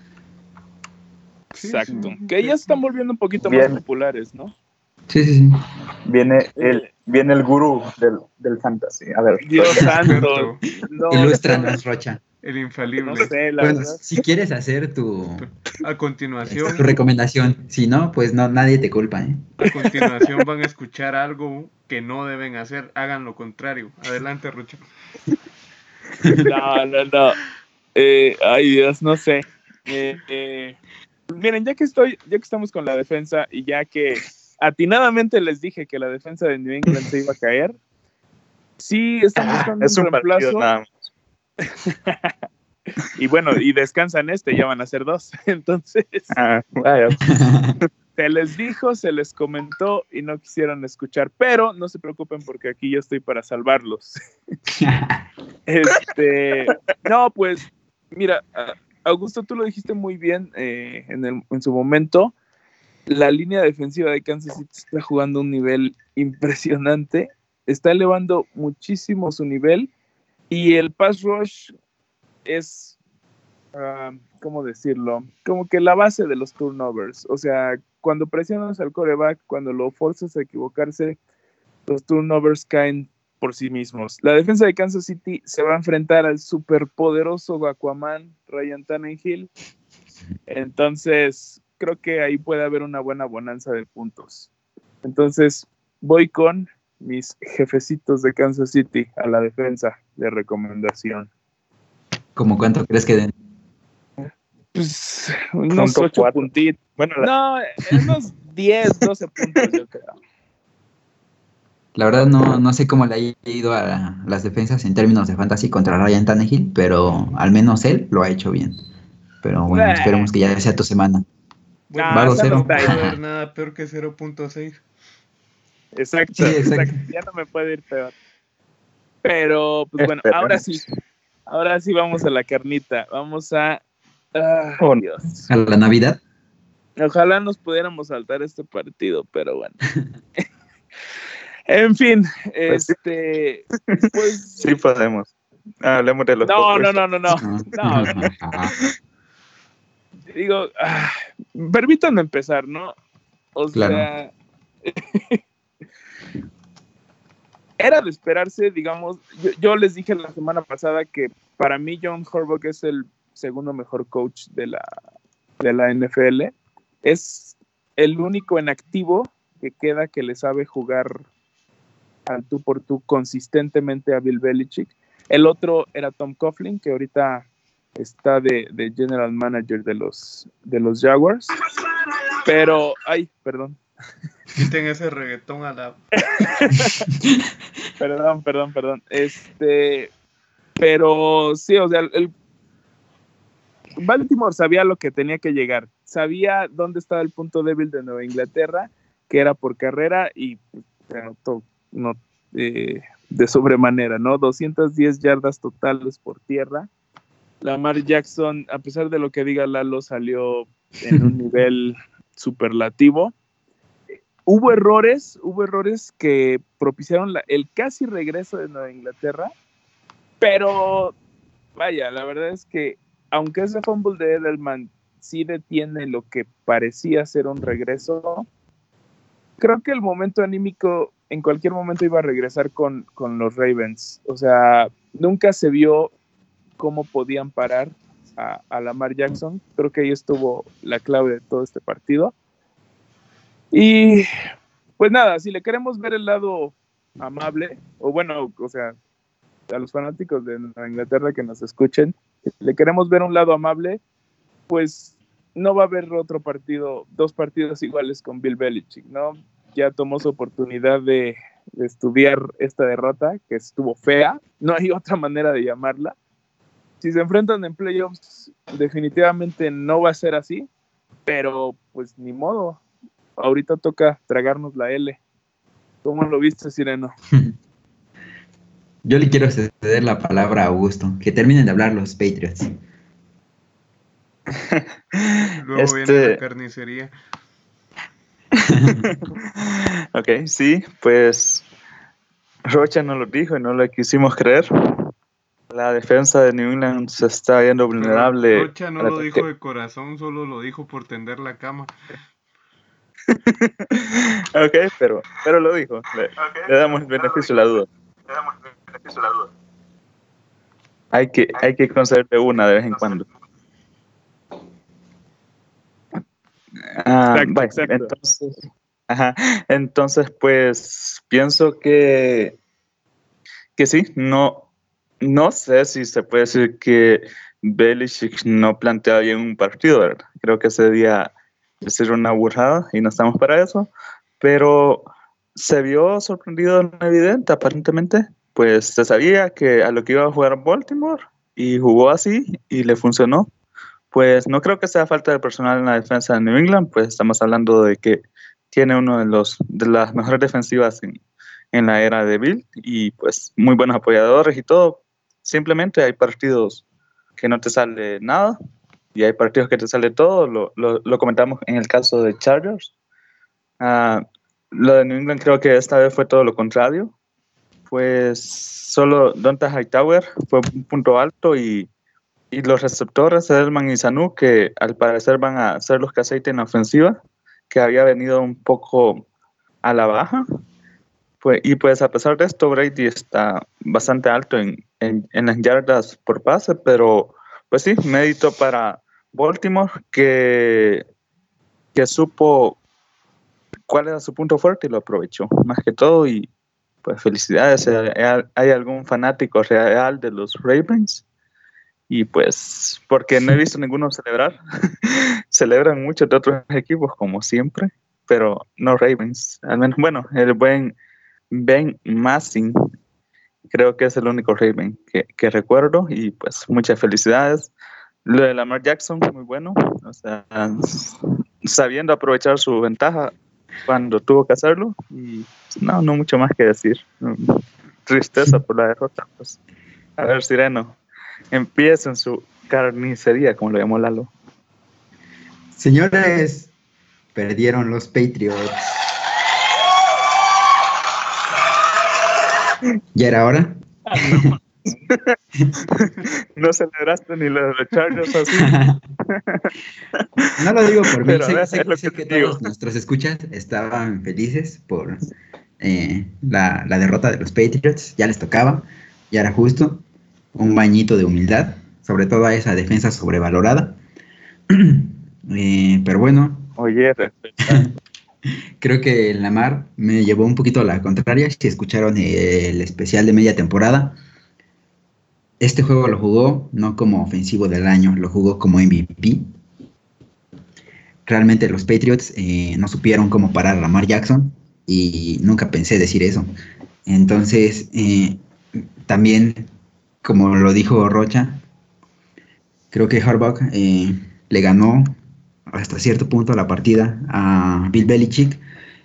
Exacto. Que ya se están volviendo un poquito Bien. más populares, ¿no? Sí, sí, sí. Viene el, viene el gurú del, del fantasy. A ver. Dios santo. No, Ilústranos, Rocha. El infalible. No sé, la bueno, verdad. si quieres hacer tu... A continuación... Tu recomendación. Si no, pues no, nadie te culpa, ¿eh? A continuación van a escuchar algo que no deben hacer. Hagan lo contrario. Adelante, Rocha. No, no, no. Eh, ay, Dios, no sé. Eh, eh, miren, ya que estoy, ya que estamos con la defensa y ya que atinadamente les dije que la defensa de New England se iba a caer, sí están buscando ah, es un, un reemplazo. Nada más. Y bueno, y descansan este, ya van a ser dos. Entonces, ah, vaya. se les dijo, se les comentó y no quisieron escuchar, pero no se preocupen porque aquí yo estoy para salvarlos. este, no, pues, mira, Augusto, tú lo dijiste muy bien eh, en, el, en su momento. La línea defensiva de Kansas City está jugando un nivel impresionante, está elevando muchísimo su nivel y el pass rush es, uh, ¿cómo decirlo? Como que la base de los turnovers. O sea, cuando presionas al quarterback, cuando lo forzas a equivocarse, los turnovers caen por sí mismos. La defensa de Kansas City se va a enfrentar al superpoderoso Aquaman, Ryan Tannehill. Entonces, creo que ahí puede haber una buena bonanza de puntos. Entonces, voy con mis jefecitos de Kansas City a la defensa de recomendación. ¿Cómo cuánto crees que den? Pues unos ocho puntitos. Bueno, la... No, unos diez, doce puntos, yo creo. La verdad no, no sé cómo le haya ido a la, las defensas en términos de fantasy contra Ryan Tannehill, pero al menos él lo ha hecho bien. pero bueno, esperemos que ya sea tu semana. Bueno, Vago esa cero. no está no va a ahí. haber nada peor que cero punto seis. Exacto, Sí, exacto. exacto. Ya no me puede ir peor. Pero, pues bueno, Esperemos. ahora sí. Ahora sí vamos a la carnita. Vamos a... Ah, Oh, no. Dios. A la Navidad. Ojalá nos pudiéramos saltar este partido, pero bueno. En fin, Pues sí. este... Pues... Sí podemos. Hablemos de los No, no, Packers. no, no, no. No, no, no. Digo, ah, permítanme empezar, ¿no? O Claro. sea... Era de esperarse, digamos, yo, yo les dije la semana pasada que para mí John Harbaugh es el segundo mejor coach de la, de la N F L. Es el único en activo que queda que le sabe jugar al tú por tú consistentemente a Bill Belichick. El otro era Tom Coughlin, que ahorita está de, de general manager de los, de los Jaguars. Pero, ay, perdón. Quiten ese reggaetón a la... Perdón, perdón, perdón. Este, pero sí, o sea, el, el Baltimore sabía lo que tenía que llegar. Sabía dónde estaba el punto débil de Nueva Inglaterra, que era por carrera y se anotó no, eh, de sobremanera, ¿no? doscientas diez yardas totales por tierra. Lamar Jackson, a pesar de lo que diga Lalo, salió en un nivel superlativo. Hubo errores, hubo errores que propiciaron la, el casi regreso de Nueva Inglaterra, pero vaya, la verdad es que aunque ese fumble de Edelman sí detiene lo que parecía ser un regreso, creo que el momento anímico en cualquier momento iba a regresar con, con los Ravens. O sea, nunca se vio cómo podían parar a, a Lamar Jackson. Creo que ahí estuvo la clave de todo este partido. Y pues nada, si le queremos ver el lado amable, o bueno, o sea, a los fanáticos de Nueva Inglaterra que nos escuchen, si le queremos ver un lado amable, pues no va a haber otro partido, dos partidos iguales con Bill Belichick, ¿no? Ya tomó su oportunidad de, de estudiar esta derrota, que estuvo fea, no hay otra manera de llamarla. Si se enfrentan en playoffs, definitivamente no va a ser así, pero pues ni modo. Ahorita toca tragarnos la L. ¿Cómo lo viste, Sireno? Yo le quiero ceder la palabra a Augusto. Que terminen de hablar los Patriots. Luego Este- viene la carnicería. Ok, sí, pues Rocha no lo dijo y no lo quisimos creer. La defensa de New England se está viendo Pero vulnerable. Rocha no al lo ataque. dijo de corazón, solo lo dijo por tender la cama. Ok, pero, pero lo dijo. Le, le damos el beneficio de la duda. Hay que, hay que concederle una de vez en cuando. Ah, Exacto, vaya, exacto. Entonces, ajá, entonces, pues pienso que, que sí, no, no sé si se puede decir que Belichick no plantea bien un partido, ¿verdad? Creo que sería decir una burrada y no estamos para eso, pero se vio sorprendido en evidente, aparentemente, pues se sabía que a lo que iba a jugar Baltimore y jugó así y le funcionó. Pues no creo que sea falta de personal en la defensa de New England, pues estamos hablando de que tiene uno de los de las mejores defensivas en, en la era de Bill y pues muy buenos apoyadores y todo. Simplemente hay partidos que no te sale nada y hay partidos que te sale todo. Lo, lo, lo comentamos en el caso de Chargers. Uh, lo de New England creo que esta vez fue todo lo contrario. Pues solo Donta Hightower fue un punto alto y Y los receptores, Edelman y Sanu, que al parecer van a ser los que aceiten la ofensiva, que había venido un poco a la baja. Pues, y pues a pesar de esto, Brady está bastante alto en, en, en las yardas por pase, pero pues sí, mérito para Baltimore, que, que supo cuál era su punto fuerte y lo aprovechó, más que todo. Y pues felicidades, hay, hay algún fanático real de los Ravens. Y pues, porque no he visto ninguno celebrar. Celebran muchos de otros equipos, como siempre, pero no Ravens. Al menos, bueno, el buen Ben Massing, creo que es el único Raven que, que recuerdo. Y pues, muchas felicidades. Lo de Lamar Jackson muy bueno, o sea, sabiendo aprovechar su ventaja cuando tuvo que hacerlo, y no, no mucho más que decir. Tristeza por la derrota, pues. A ver, Sireno, empieza en su carnicería, como lo llamó Lalo. Señores, perdieron los Patriots. ¿Ya era hora? No celebraste ni los Chargers así. No lo digo por mí, Pero, sé, a ver, sé- es lo sé que que te digo. todos nuestros escuchas estaban felices por eh, la, la derrota de los Patriots, ya les tocaba, ya era justo, un bañito de humildad, sobre todo a esa defensa sobrevalorada. Eh, pero bueno, Oye, respeta. creo que Lamar me llevó un poquito a la contraria. Si escucharon el especial de media temporada, este juego lo jugó no como ofensivo del año, lo jugó como M V P. Realmente los Patriots eh, no supieron cómo parar a Lamar Jackson y nunca pensé decir eso. Entonces, eh, también, como lo dijo Rocha, creo que Harbaugh eh, le ganó hasta cierto punto la partida a Bill Belichick.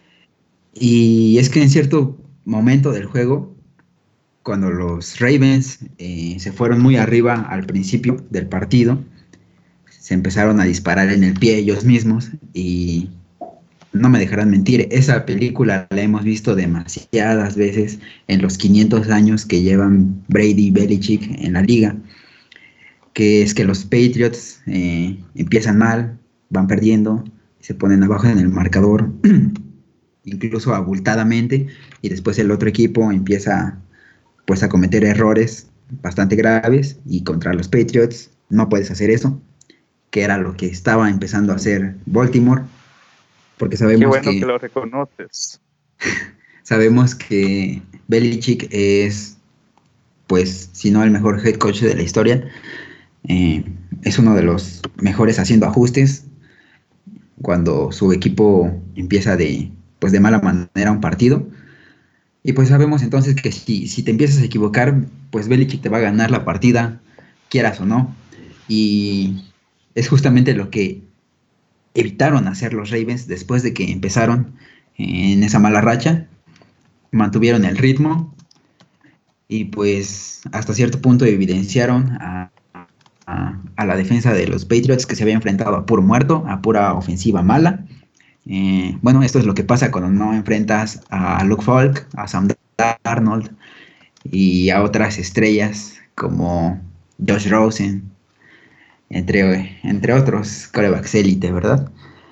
Y es que en cierto momento del juego, cuando los Ravens eh, se fueron muy arriba al principio del partido, se empezaron a disparar en el pie ellos mismos y no me dejarán mentir, esa película la hemos visto demasiadas veces en los quinientos años que llevan Brady y Belichick en la liga, que es que los Patriots eh, empiezan mal, van perdiendo, se ponen abajo en el marcador, incluso abultadamente, y después el otro equipo empieza pues a cometer errores bastante graves y contra los Patriots no puedes hacer eso, que era lo que estaba empezando a hacer Baltimore, porque Qué sabemos bueno que que lo reconoces. sabemos que Belichick es, pues, si no el mejor head coach de la historia, eh, es uno de los mejores haciendo ajustes cuando su equipo empieza de, pues, de mala manera un partido. Y pues sabemos entonces que si, si te empiezas a equivocar, pues Belichick te va a ganar la partida, quieras o no. Y es justamente lo que evitaron hacer los Ravens después de que empezaron en esa mala racha. Mantuvieron el ritmo y pues hasta cierto punto evidenciaron a, a, a la defensa de los Patriots que se había enfrentado a puro muerto, a pura ofensiva mala. Eh, bueno, esto es lo que pasa cuando no enfrentas a Luke Falk, a Sam Darnold y a otras estrellas como Josh Rosen, entre, entre otros corebacks élite, ¿verdad?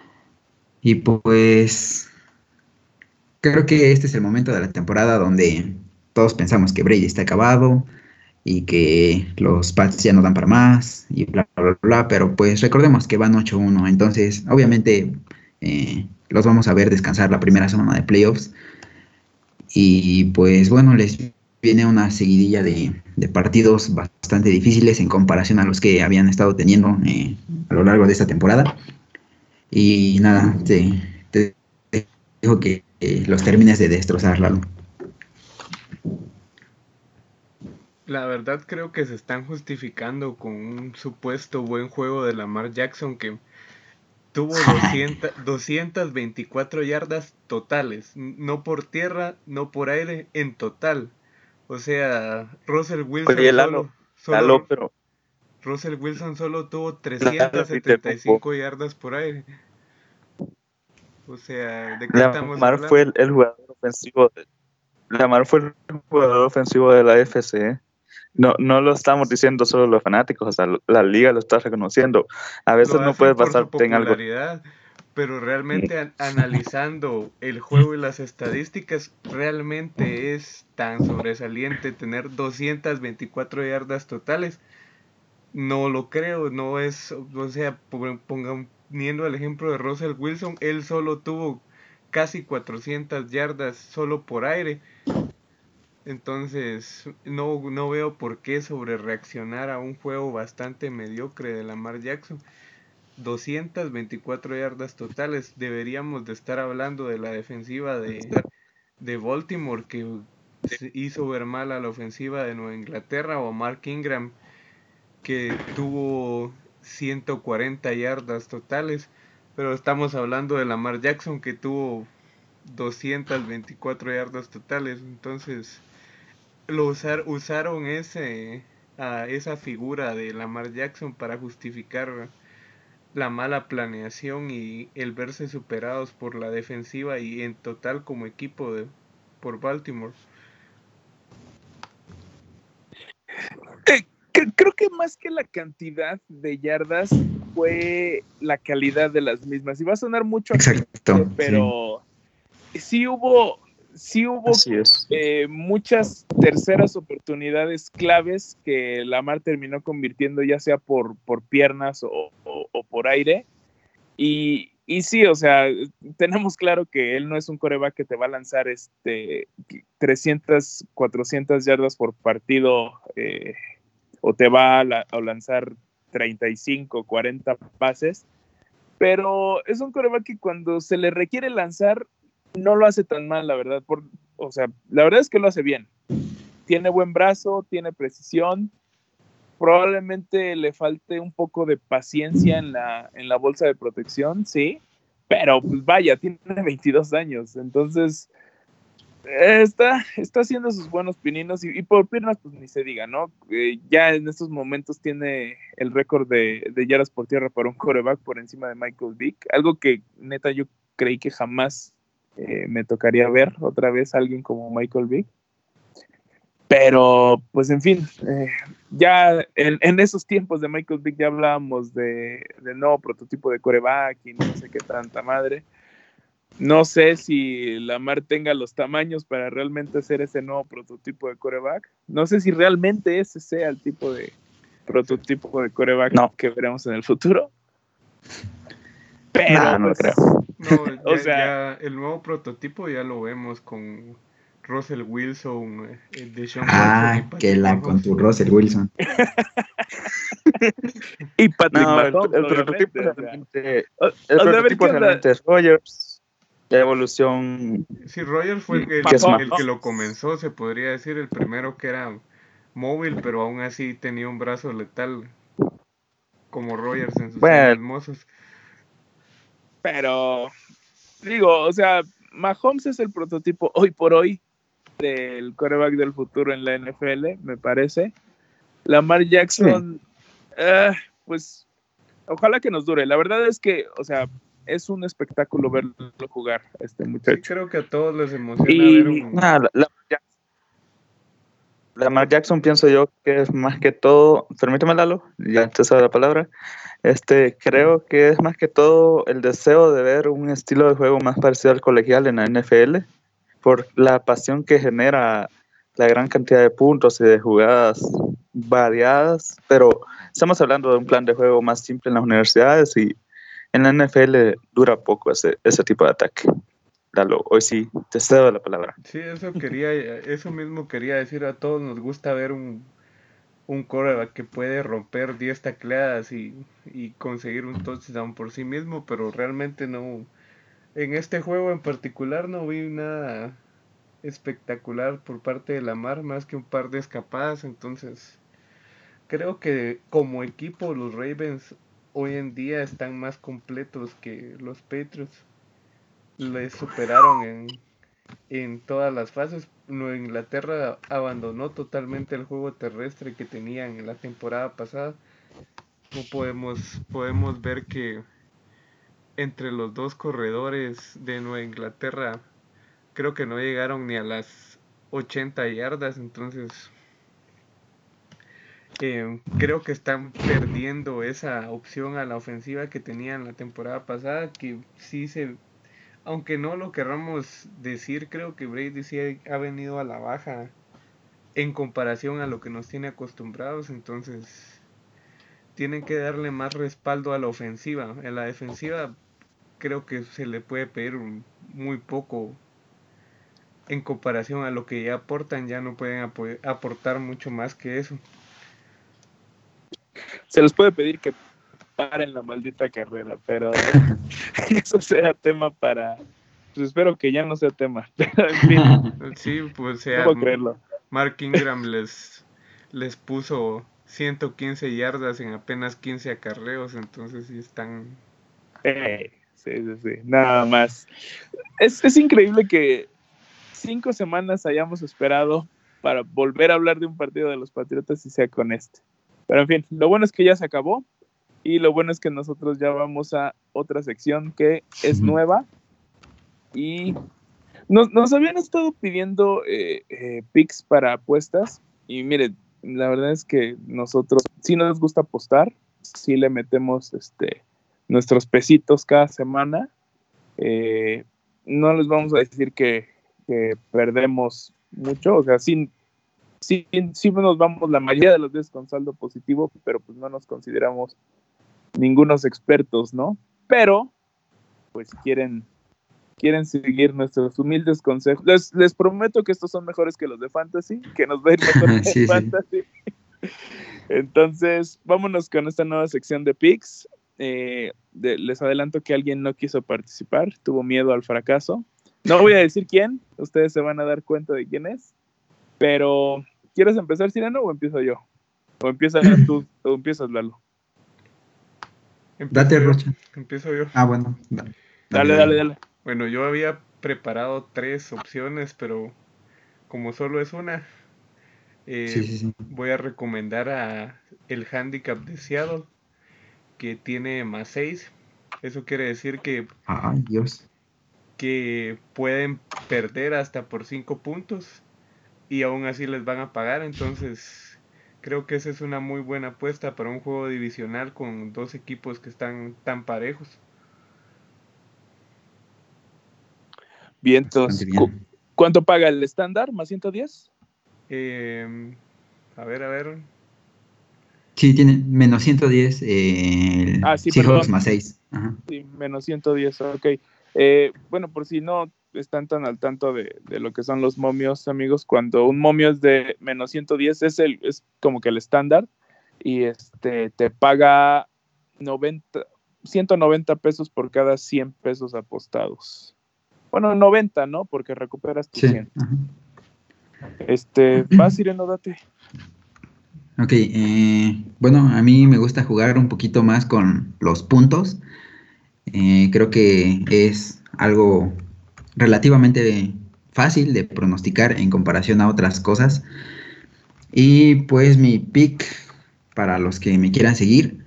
Y pues creo que este es el momento de la temporada donde todos pensamos que Brady está acabado y que los Pats ya no dan para más y bla, bla, bla, bla, pero pues recordemos que van ocho uno, entonces obviamente eh, los vamos a ver descansar la primera semana de playoffs y pues bueno, les viene una seguidilla de, de partidos bastante difíciles en comparación a los que habían estado teniendo eh, a lo largo de esta temporada y nada, te, te dejo que eh, los termines de destrozar, Lalo. La verdad creo que se están justificando con un supuesto buen juego de Lamar Jackson que tuvo doscientas, doscientas veinticuatro yardas totales, no por tierra, no por aire, en total. O sea, Russell Wilson Oye, Lalo, solo, Lalo, solo pero Russell Wilson solo tuvo Lalo, trescientas te setenta y interrumpo. cinco yardas por aire. O sea, ¿de qué estamos Lamar fue hablando? el, el jugador ofensivo de, Lamar fue el jugador ofensivo de la A F C. ¿eh? No, no lo estamos diciendo solo los fanáticos, o sea, la liga lo está reconociendo. A Lo veces no hacen puedes por su basarte en algo. popularidad, pero realmente an- analizando el juego y las estadísticas, realmente es tan sobresaliente tener doscientas veinticuatro yardas totales. No lo creo, no es, o sea, pon- pongan- poniendo el ejemplo de Russell Wilson, él solo tuvo casi cuatrocientas yardas solo por aire. Entonces, no, no veo por qué sobre reaccionar a un juego bastante mediocre de Lamar Jackson. doscientas veinticuatro yardas totales. Deberíamos de estar hablando de la defensiva de, de Baltimore que se hizo ver mal a la ofensiva de Nueva Inglaterra, o Mark Ingram que tuvo ciento cuarenta yardas totales, pero estamos hablando de Lamar Jackson que tuvo doscientas veinticuatro yardas totales. Entonces lo usar, usaron ese, a esa figura de Lamar Jackson para justificar la mala planeación y el verse superados por la defensiva y en total como equipo de, por Baltimore. Eh, cre- creo que más que la cantidad de yardas fue la calidad de las mismas. Y va a sonar mucho a Exacto, cliché, sí. pero sí hubo, sí hubo Así es. eh, muchas terceras oportunidades claves que Lamar terminó convirtiendo ya sea por, por piernas o, o- o por aire. Y, y sí, o sea, tenemos claro que él no es un quarterback que te va a lanzar este trescientas, cuatrocientas yardas por partido, eh, o te va a, la- a lanzar treinta y cinco, cuarenta pases, pero es un quarterback que cuando se le requiere lanzar no lo hace tan mal, la verdad. Por, o sea, la verdad es que lo hace bien. Tiene buen brazo, tiene precisión. Probablemente le falte un poco de paciencia en la, en la bolsa de protección, sí, pero pues vaya, tiene veintidós años, entonces eh, está, está haciendo sus buenos pininos y, y por piernas pues ni se diga, ¿no? Eh, ya en estos momentos tiene el récord de, de yardas por tierra para un quarterback por encima de Michael Vick, algo que neta yo creí que jamás eh, me tocaría ver otra vez a alguien como Michael Vick. Pero, pues en fin, eh, ya en, en, esos tiempos de Michael Vick ya hablábamos de, de nuevo prototipo de quarterback y no sé qué tanta madre. No sé si Lamar tenga los tamaños para realmente ser ese nuevo prototipo de quarterback. No sé si realmente ese sea el tipo de prototipo de quarterback no. que veremos en el futuro. Pero, nah, no pues, creo. No, ya, o sea, ya el nuevo prototipo ya lo vemos con Russell Wilson, eh, Deshaun Watson y Ah, Patrick que la con Mahomes. tu Russell Wilson. y Patrick No, el, Mahomes, el prototipo obviamente. O sea, realmente, el o, o sea, a ver, prototipo ¿qué onda? realmente es Rodgers. La evolución Sí, Rogers fue el, que es el, más. el que lo comenzó, se podría decir, el primero que era móvil, pero aún así tenía un brazo letal como Rogers en sus Bueno, años mozos. Pero, digo, o sea, Mahomes es el prototipo hoy por hoy del quarterback del futuro en la N F L, me parece. Lamar Jackson, sí. eh, pues, ojalá que nos dure. La verdad es que, o sea, es un espectáculo verlo jugar, este muchacho. Sí, creo que a todos les emociona y, ver un... Nah, la, la, Lamar Jackson pienso yo que es más que todo, permíteme Lalo, ya te sabe la palabra, este, creo que es más que todo el deseo de ver un estilo de juego más parecido al colegial en la N F L, por la pasión que genera la gran cantidad de puntos y de jugadas variadas, pero estamos hablando de un plan de juego más simple en las universidades y en la N F L dura poco ese, ese tipo de ataque. Lalo, hoy sí, te cedo la palabra. Sí, eso quería, eso mismo quería decir, a todos nos gusta ver un, un quarterback que puede romper diez tacleadas y, y conseguir un touchdown por sí mismo, pero realmente no, en este juego en particular no vi nada espectacular por parte de Lamar, más que un par de escapadas, entonces creo que como equipo los Ravens hoy en día están más completos que los Patriots. Les superaron en, en todas las fases. Nueva Inglaterra abandonó totalmente el juego terrestre que tenían en la temporada pasada. No podemos, podemos ver que entre los dos corredores de Nueva Inglaterra creo que no llegaron ni a las ochenta yardas, entonces eh, creo que están perdiendo esa opción a la ofensiva que tenían la temporada pasada, que sí se, aunque no lo querramos decir, creo que Brady sí ha, ha venido a la baja en comparación a lo que nos tiene acostumbrados, entonces tienen que darle más respaldo a la ofensiva. En la defensiva creo que se le puede pedir un, muy poco en comparación a lo que ya aportan, ya no pueden ap- aportar mucho más que eso. Se les puede pedir que paren la maldita carrera, pero eso sea tema para... Pues espero que ya no sea tema, pero en fin. Sí, pues No sea, puedo creerlo. Mark Ingram les, les puso ciento quince yardas en apenas quince acarreos, entonces sí están... Eh, sí, sí, sí, nada más. Es, es increíble que cinco semanas hayamos esperado para volver a hablar de un partido de los Patriotas y sea con este. Pero en fin, lo bueno es que ya se acabó y lo bueno es que nosotros ya vamos a otra sección que es nueva y nos, nos habían estado pidiendo eh, eh, picks para apuestas y miren, la verdad es que nosotros sí nos gusta apostar, sí le metemos este, nuestros pesitos cada semana. Eh, no les vamos a decir que, que perdemos mucho, o sea, sí, sí, sí nos vamos la mayoría de los días con saldo positivo, pero pues no nos consideramos ningunos expertos, ¿no? Pero, pues quieren, quieren seguir nuestros humildes consejos. Les, les prometo que estos son mejores que los de Fantasy, que nos va a ir mejor que Sí, sí. Fantasy. Entonces, vámonos con esta nueva sección de picks. Eh, de, les adelanto que alguien no quiso participar, tuvo miedo al fracaso. No voy a decir quién, ustedes se van a dar cuenta de quién es, pero ¿quieres empezar, Sireno, o empiezo yo? ¿O empiezas tú, o empiezas, Lalo? Empiezo Date, yo, Rocha. empiezo yo. Ah, bueno. Dale, Dale, dale, dale. Bueno, yo había preparado tres opciones, pero como solo es una, eh, Sí, sí, sí. voy a recomendar a el handicap de Seattle, que tiene más seis. Eso quiere decir que, Ay, Dios. que pueden perder hasta por cinco puntos y aún así les van a pagar. Entonces creo que esa es una muy buena apuesta para un juego divisional con dos equipos que están tan parejos. Bien, Bastante entonces, ¿cu- bien. ¿cuánto paga el estándar? ¿Más ciento diez? Eh, a ver, a ver. Sí, tiene menos ciento diez eh, el Ah, sí, Seahawks perdón. más seis. Ajá. Sí, menos ciento diez, ok. Eh, bueno, por si no están tan al tanto de, de lo que son los momios, amigos, cuando un momio es de menos ciento diez es, el, es como que el estándar y este te paga noventa, ciento noventa pesos por cada cien pesos apostados. Bueno, noventa, ¿no? Porque recuperas tus Sí. cien. Ajá. Este, vas, Irene, date. Ok, eh, bueno, a mí me gusta jugar un poquito más con los puntos. Eh, creo que es algo relativamente fácil de pronosticar en comparación a otras cosas. Y pues mi pick para los que me quieran seguir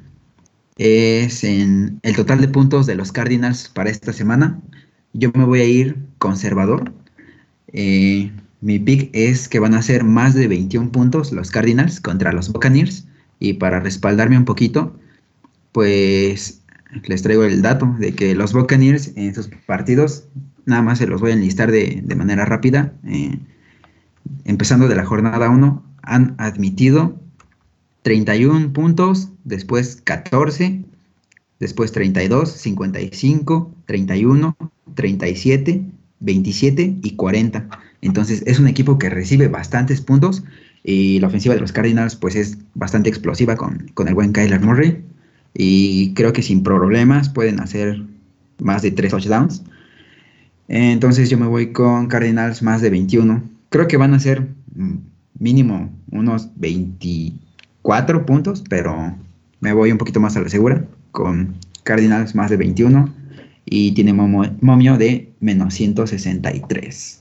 es en el total de puntos de los Cardinals para esta semana. Yo me voy a ir conservador. Eh, mi pick es que van a ser más de veintiún puntos los Cardinals contra los Buccaneers. Y para respaldarme un poquito, pues les traigo el dato de que los Buccaneers en sus partidos, nada más se los voy a enlistar de, de manera rápida. Eh, empezando de la jornada uno, han admitido treinta y uno puntos, después catorce, después treinta y dos, cincuenta y cinco, treinta y uno, treinta y siete, veintisiete y cuarenta. Entonces es un equipo que recibe bastantes puntos y la ofensiva de los Cardinals pues es bastante explosiva con, con el buen Kyler Murray y creo que sin problemas pueden hacer más de tres touchdowns. Entonces yo me voy con Cardinals más de veintiuno. Creo que van a ser mínimo unos veinticuatro puntos, pero me voy un poquito más a la segura con Cardinals más de veintiuno y tiene momo- momio de menos ciento sesenta y tres.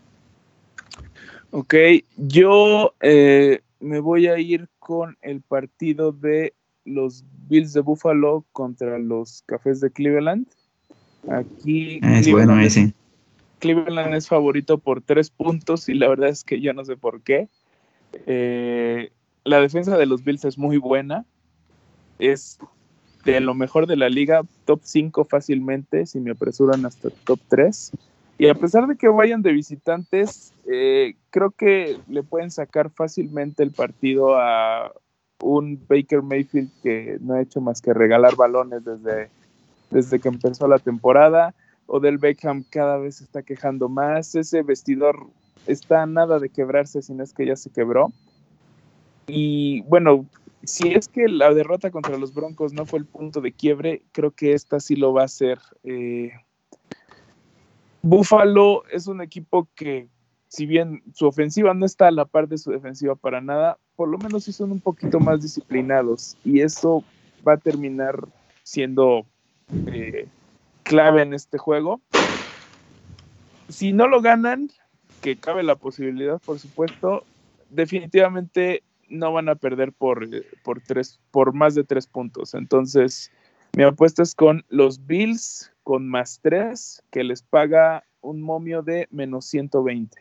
Ok, yo eh, me voy a ir con el partido de los Bills de Buffalo contra los Cafés de Cleveland. Aquí Es bueno Cleveland es, ese. Cleveland es favorito por tres puntos y la verdad es que yo no sé por qué. Eh, la defensa de los Bills es muy buena, es de lo mejor de la liga, top cinco fácilmente, si me apresuran hasta top tres. Y a pesar de que vayan de visitantes, eh, creo que le pueden sacar fácilmente el partido a un Baker Mayfield que no ha hecho más que regalar balones desde, desde que empezó la temporada. Odell Beckham cada vez se está quejando más. Ese vestidor está a nada de quebrarse, si no es que ya se quebró. Y bueno, si es que la derrota contra los Broncos no fue el punto de quiebre, creo que esta sí lo va a hacer. Eh, Buffalo es un equipo que si bien su ofensiva no está a la par de su defensiva para nada, por lo menos sí son un poquito más disciplinados y eso va a terminar siendo eh, clave en este juego. Si no lo ganan, que cabe la posibilidad, por supuesto, definitivamente no van a perder por, por, tres, por más de tres puntos. Entonces, mi apuesta es con los Bills con más tres, que les paga un momio de menos ciento veinte.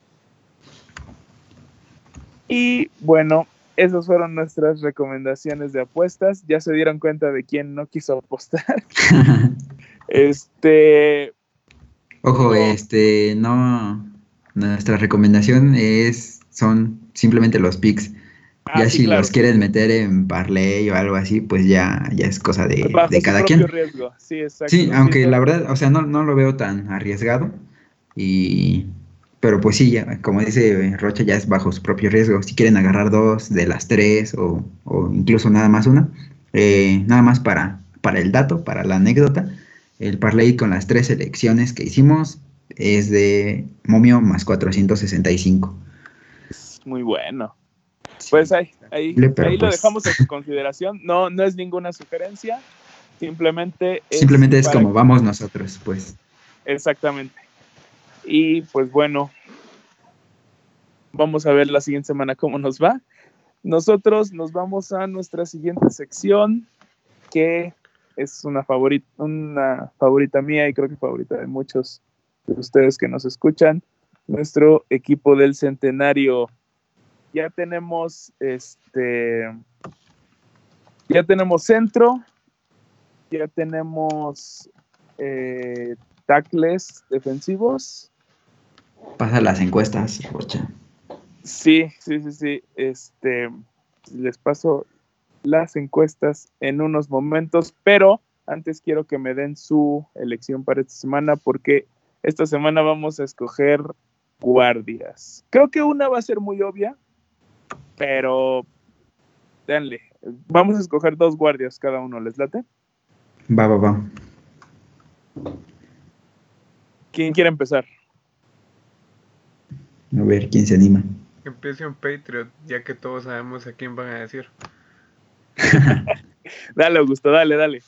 Y bueno, esas fueron nuestras recomendaciones de apuestas. Ya se dieron cuenta de quién no quiso apostar. este... Ojo, este, no, nuestra recomendación es, son simplemente los picks. Ah, Ya sí, si claro. los quieres meter en parlay o algo así, pues ya, ya es cosa de, Bajo de su cada propio quien. riesgo. Sí, exacto. Sí, aunque sí, la verdad, o sea, no, no lo veo tan arriesgado. Y, pero pues sí, ya, como dice Rocha, ya es bajo su propio riesgo. Si quieren agarrar dos de las tres o, o incluso nada más una, eh, nada más para, para el dato, para la anécdota, el parlay con las tres selecciones que hicimos es de momio más cuatrocientos sesenta y cinco. Es muy bueno. Pues ahí, ahí, Pero ahí pues, lo dejamos a su consideración. No, no es ninguna sugerencia. Simplemente es. Simplemente es para... como vamos nosotros, pues. Exactamente. Y pues bueno, vamos a ver la siguiente semana cómo nos va. Nosotros nos vamos a nuestra siguiente sección, que es una favorita, una favorita mía y creo que favorita de muchos de ustedes que nos escuchan. Nuestro equipo del centenario. Ya tenemos este. Ya tenemos centro. Ya tenemos eh, tackles defensivos. Pasa las encuestas, Rocha. Sí, sí, sí, sí. Este, les paso las encuestas en unos momentos, pero antes quiero que me den su elección para esta semana, porque esta semana vamos a escoger guardias. Creo que una va a ser muy obvia, pero denle. Vamos a escoger dos guardias cada uno, ¿les late? Va, va, va. ¿Quién quiere empezar? A ver, ¿quién se anima? Empiece un Patriot, ya que todos sabemos a quién van a decir. Dale, Augusto, dale, dale.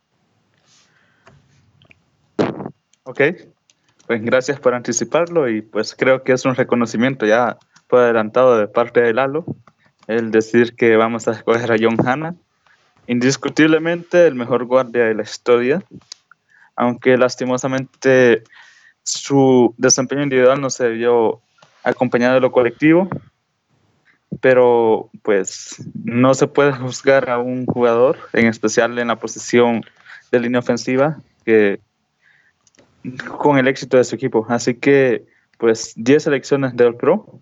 Ok, pues gracias por anticiparlo y pues creo que es un reconocimiento ya por adelantado de parte de Lalo el decir que vamos a escoger a John Hanna, indiscutiblemente el mejor guardia de la historia, aunque lastimosamente su desempeño individual no se vio acompañado de lo colectivo, pero pues no se puede juzgar a un jugador, en especial en la posición de línea ofensiva, que con el éxito de su equipo. Así que pues diez selecciones de All Pro,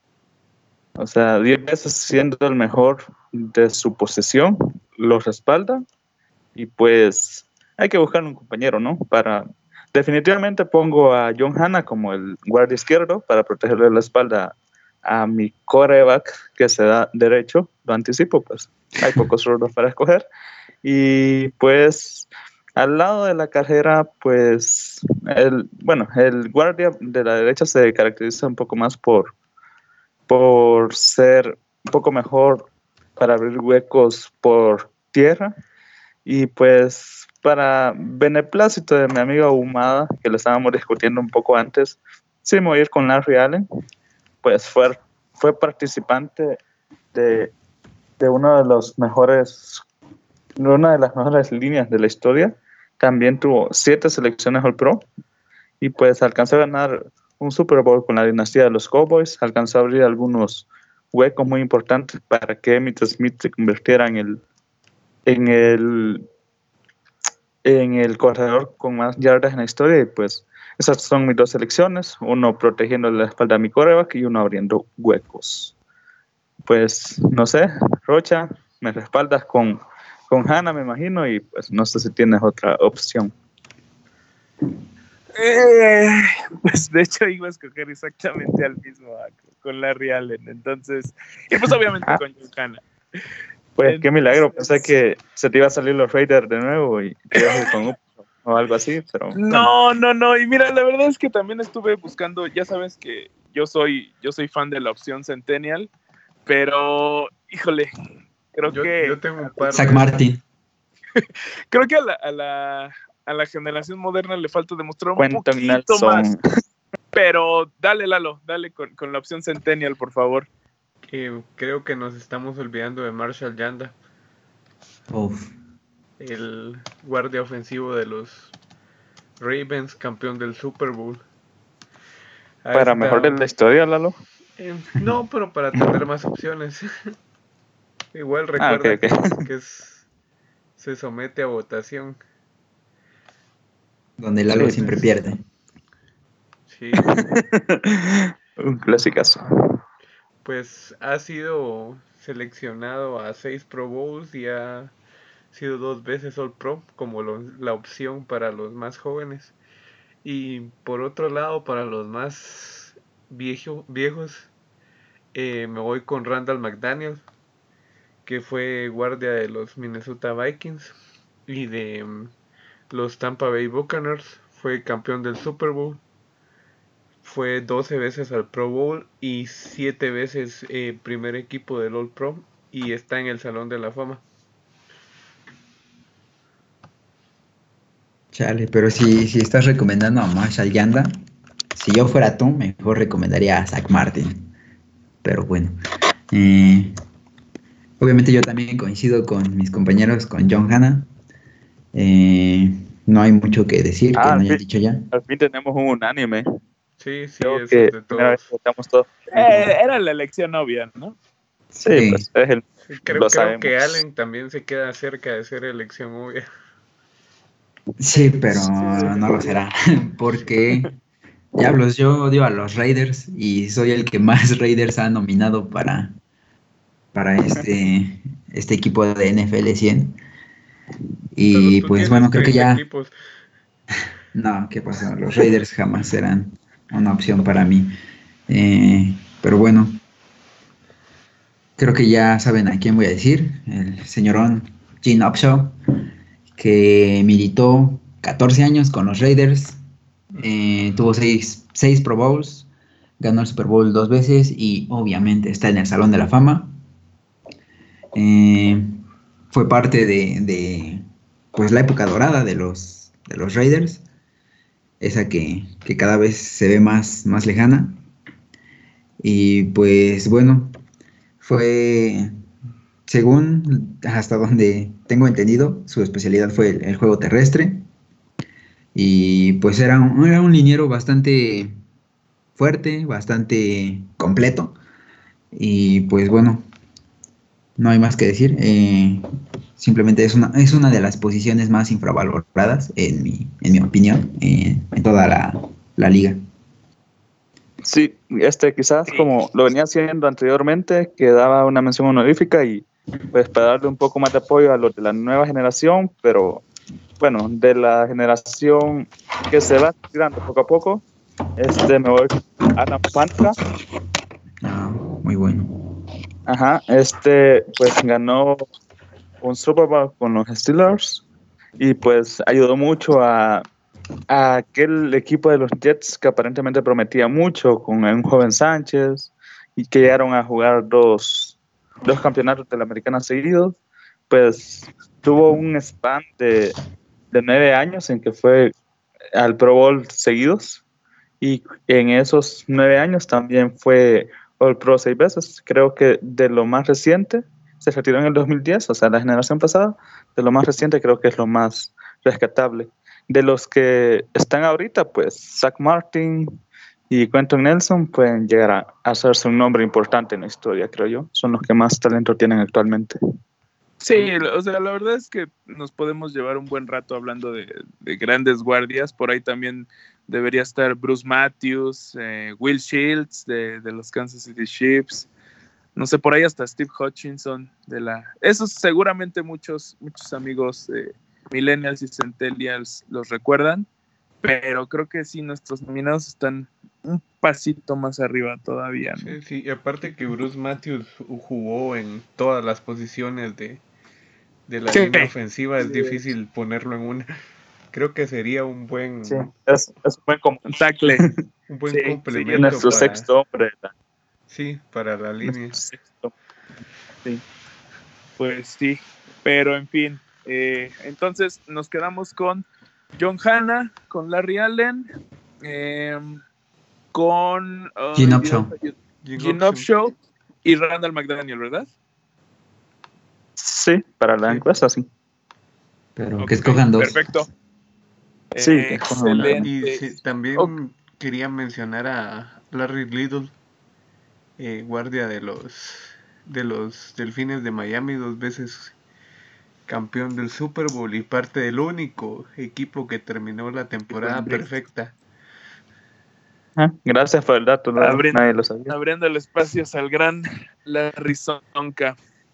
o sea, diez veces siendo el mejor de su posesión, lo respalda y pues hay que buscar un compañero, ¿no? Para definitivamente pongo a John Hanna como el guardia izquierdo para protegerle la espalda a mi quarterback que se da derecho, lo anticipo, pues hay pocos zurdos para escoger. Y pues al lado de la carrera, pues el, bueno, el guardia de la derecha se caracteriza un poco más por, por ser un poco mejor para abrir huecos por tierra. Y pues para beneplácito de mi amiga Humada, que lo estábamos discutiendo un poco antes, sí me voy a ir con Larry Allen, pues fue, fue participante de, de uno de los mejores, de una de las mejores líneas de la historia. También tuvo siete selecciones All Pro y pues alcanzó a ganar un Super Bowl con la dinastía de los Cowboys, alcanzó a abrir algunos huecos muy importantes para que Emmitt Smith se convirtiera en el en el en el corredor con más yardas en la historia. Y pues esas son mis dos selecciones, uno protegiendo la espalda a mi quarterback y uno abriendo huecos. Pues no sé, Rocha, me respaldas con, con Hanna, me imagino, y pues no sé si tienes otra opción. Eh, pues de hecho iba a escoger exactamente al mismo, con Larry Allen, entonces, y pues obviamente ah. con John Hanna. Pues entonces, qué milagro, pensé que se te iba a salir los Raiders de nuevo y te ibas a ir con Upton o algo así, pero no, bueno. no, no, y mira, la verdad es que también estuve buscando, ya sabes que yo soy, yo soy fan de la opción Centennial, pero, híjole, creo yo, que... Yo tengo un par Zach de... Martin. Creo que a la, a la, a la generación moderna le falta demostrar un Quentin poquito Nelson. más. Pero dale, Lalo, dale con, con la opción Centennial, por favor. Eh, creo que nos estamos olvidando de Marshall Yanda, Uf. el guardia ofensivo de los Ravens, campeón del Super Bowl. Ha Para estado- mejor de la historia, Lalo. eh, no, pero para tener más opciones. Igual Ah, ok, recuerda ok. que, es- que es- se somete a votación. Donde Lalo Sí, siempre pues. pierde. Sí, Un clasicazo. pues ha sido seleccionado a seis Pro Bowls y ha sido dos veces All Pro como lo- la opción para los más jóvenes. Y por otro lado, para los más viejo- viejos, eh, me voy con Randall McDaniel, que fue guardia de los Minnesota Vikings y de mm, los Tampa Bay Buccaneers. Fue campeón del Super Bowl. Fue doce veces al Pro Bowl y siete veces eh, primer equipo del All Pro. Y está en el Salón de la Fama. Chale, pero si, si estás recomendando a Marshall Yanda, si yo fuera tú, mejor recomendaría a Zach Martin. Pero bueno. eh, obviamente yo también coincido con mis compañeros, con John Hanna. Eh, no hay mucho que decir que Ah, no al hayan fin, dicho ya. al fin tenemos un unánime. Sí, sí, Creo eso es que de primera vez todos. que votamos todos. Eh, era la elección obvia, ¿no? Sí, Sí. pues es el, Creo, lo creo sabemos. que Allen también se queda cerca de ser elección obvia. Sí, pero no lo será. Porque, diablos, yo odio a los Raiders y soy el que más Raiders ha nominado para, para este, este equipo de N F L cien. Pero Y tú pues bueno, tienes creo que treinta ya... equipos. No, ¿qué pasó? Los Raiders jamás serán una opción para mí. Eh, pero bueno, creo que ya saben a quién voy a decir. El señorón Gene Upshaw, que militó catorce años con los Raiders. Eh, tuvo seis, seis Pro Bowls, ganó el Super Bowl dos veces y obviamente está en el Salón de la Fama. Eh, fue parte de, de, pues, la época dorada de los, de los Raiders, esa que, que cada vez se ve más, más lejana. Y pues bueno, fue, según hasta donde tengo entendido, su especialidad fue el, el juego terrestre. Y pues era un, era un liniero bastante fuerte, bastante completo. Y pues bueno, no hay más que decir. Eh, simplemente es una, es una de las posiciones más infravaloradas, en mi, en mi opinión, eh, en toda la, la liga. Sí, este quizás como lo venía haciendo anteriormente, que daba una mención honorífica y pues para darle un poco más de apoyo a los de la nueva generación, pero bueno, de la generación que se va tirando poco a poco, este me voy a Alan Faneca. Ah, muy bueno. Ajá, este pues ganó un Super Bowl con los Steelers y pues ayudó mucho a, a aquel equipo de los Jets que aparentemente prometía mucho con un joven Sánchez y que llegaron a jugar dos, dos campeonatos de la americana seguidos. Pues tuvo un span de, de nueve años en que fue al Pro Bowl seguidos y en esos nueve años también fue All Pro seis veces. Creo que de lo más reciente se retiró en el dos mil diez, o sea, la generación pasada. De lo más reciente creo que es lo más rescatable. De los que están ahorita, pues Zach Martin y Quentin Nelson pueden llegar a hacerse un nombre importante en la historia, creo yo. Son los que más talento tienen actualmente. Sí, o sea, la verdad es que nos podemos llevar un buen rato hablando de, de grandes guardias. Por ahí también debería estar Bruce Matthews, eh, Will Shields de, de los Kansas City Chiefs. No sé, por ahí hasta Steve Hutchinson de la... Esos seguramente muchos, muchos amigos eh, millennials y centennials los recuerdan, pero creo que sí, nuestros nominados están un pasito más arriba todavía, ¿no? Sí, sí, y aparte que Bruce Matthews jugó en todas las posiciones de, de la Sí. línea ofensiva, es difícil ponerlo en una. Creo que sería un buen... Sí, es, es muy común. Un tackle. un buen Sí, sí, complemento. Nuestro para, sexto hombre. la- Sí, para la línea. nuestro sexto. Pues sí, pero en fin, eh, entonces nos quedamos con John Hanna, con Larry Allen, eh, con Gene ay, Dios, Upshaw. Jim Gene Upshaw. Upshaw y Randall McDaniel, ¿verdad? Sí, para la Sí. encuesta, sí. Pero Ok, que escojan dos. perfecto. Sí, Eh, que escojan uno. excelente. Y sí, también Ok. quería mencionar a Larry Little, eh, guardia de los de los Delfines de Miami, dos veces campeón del Super Bowl y parte del único equipo que terminó la temporada perfecta. Ah, gracias por el dato, no, Abriendo, nadie lo sabía. abriendo el espacio al gran Larry Zonka.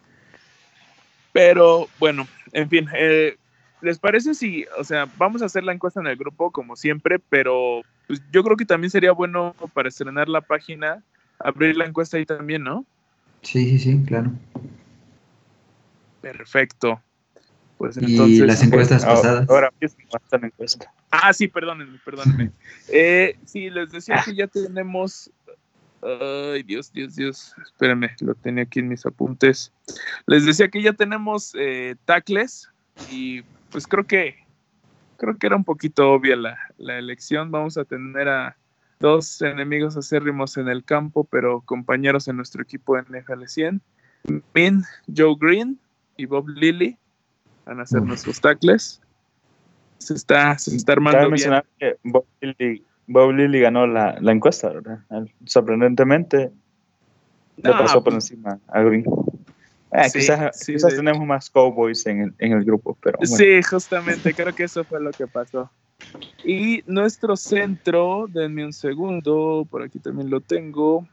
Pero bueno, en fin, eh, ¿les parece si, o sea, vamos a hacer la encuesta en el grupo como siempre, pero pues, yo creo que también sería bueno para estrenar la página, abrir la encuesta ahí también, ¿no? Sí, sí, sí, claro. Perfecto. Pues Y entonces... las encuestas Ahora, pasadas. ahora mismo va a estar la encuesta. Ah, sí, perdónenme, perdónenme. Eh, sí, les decía que ya tenemos... Ay, Dios, Dios, Dios. Espérenme, lo tenía aquí en mis apuntes. Les decía que ya tenemos eh, tackles y pues creo que creo que era un poquito obvia la, la elección. Vamos a tener a dos enemigos acérrimos en el campo, pero compañeros en nuestro equipo en N F L cien. Min, Joe Green y Bob Lilly van a ser Uf. nuestros tackles. Se está, se está Cabe armando bien. mencionar que Bob Lilly, Bob Lilly ganó la, la encuesta, ¿verdad? Sorprendentemente le No, pasó por pues, encima a Green. Eh, sí, quizás sí, quizás de- tenemos más Cowboys en el, en el grupo, pero bueno. sí, justamente, creo que eso fue lo que pasó. Y nuestro centro, denme un segundo, por aquí también lo tengo.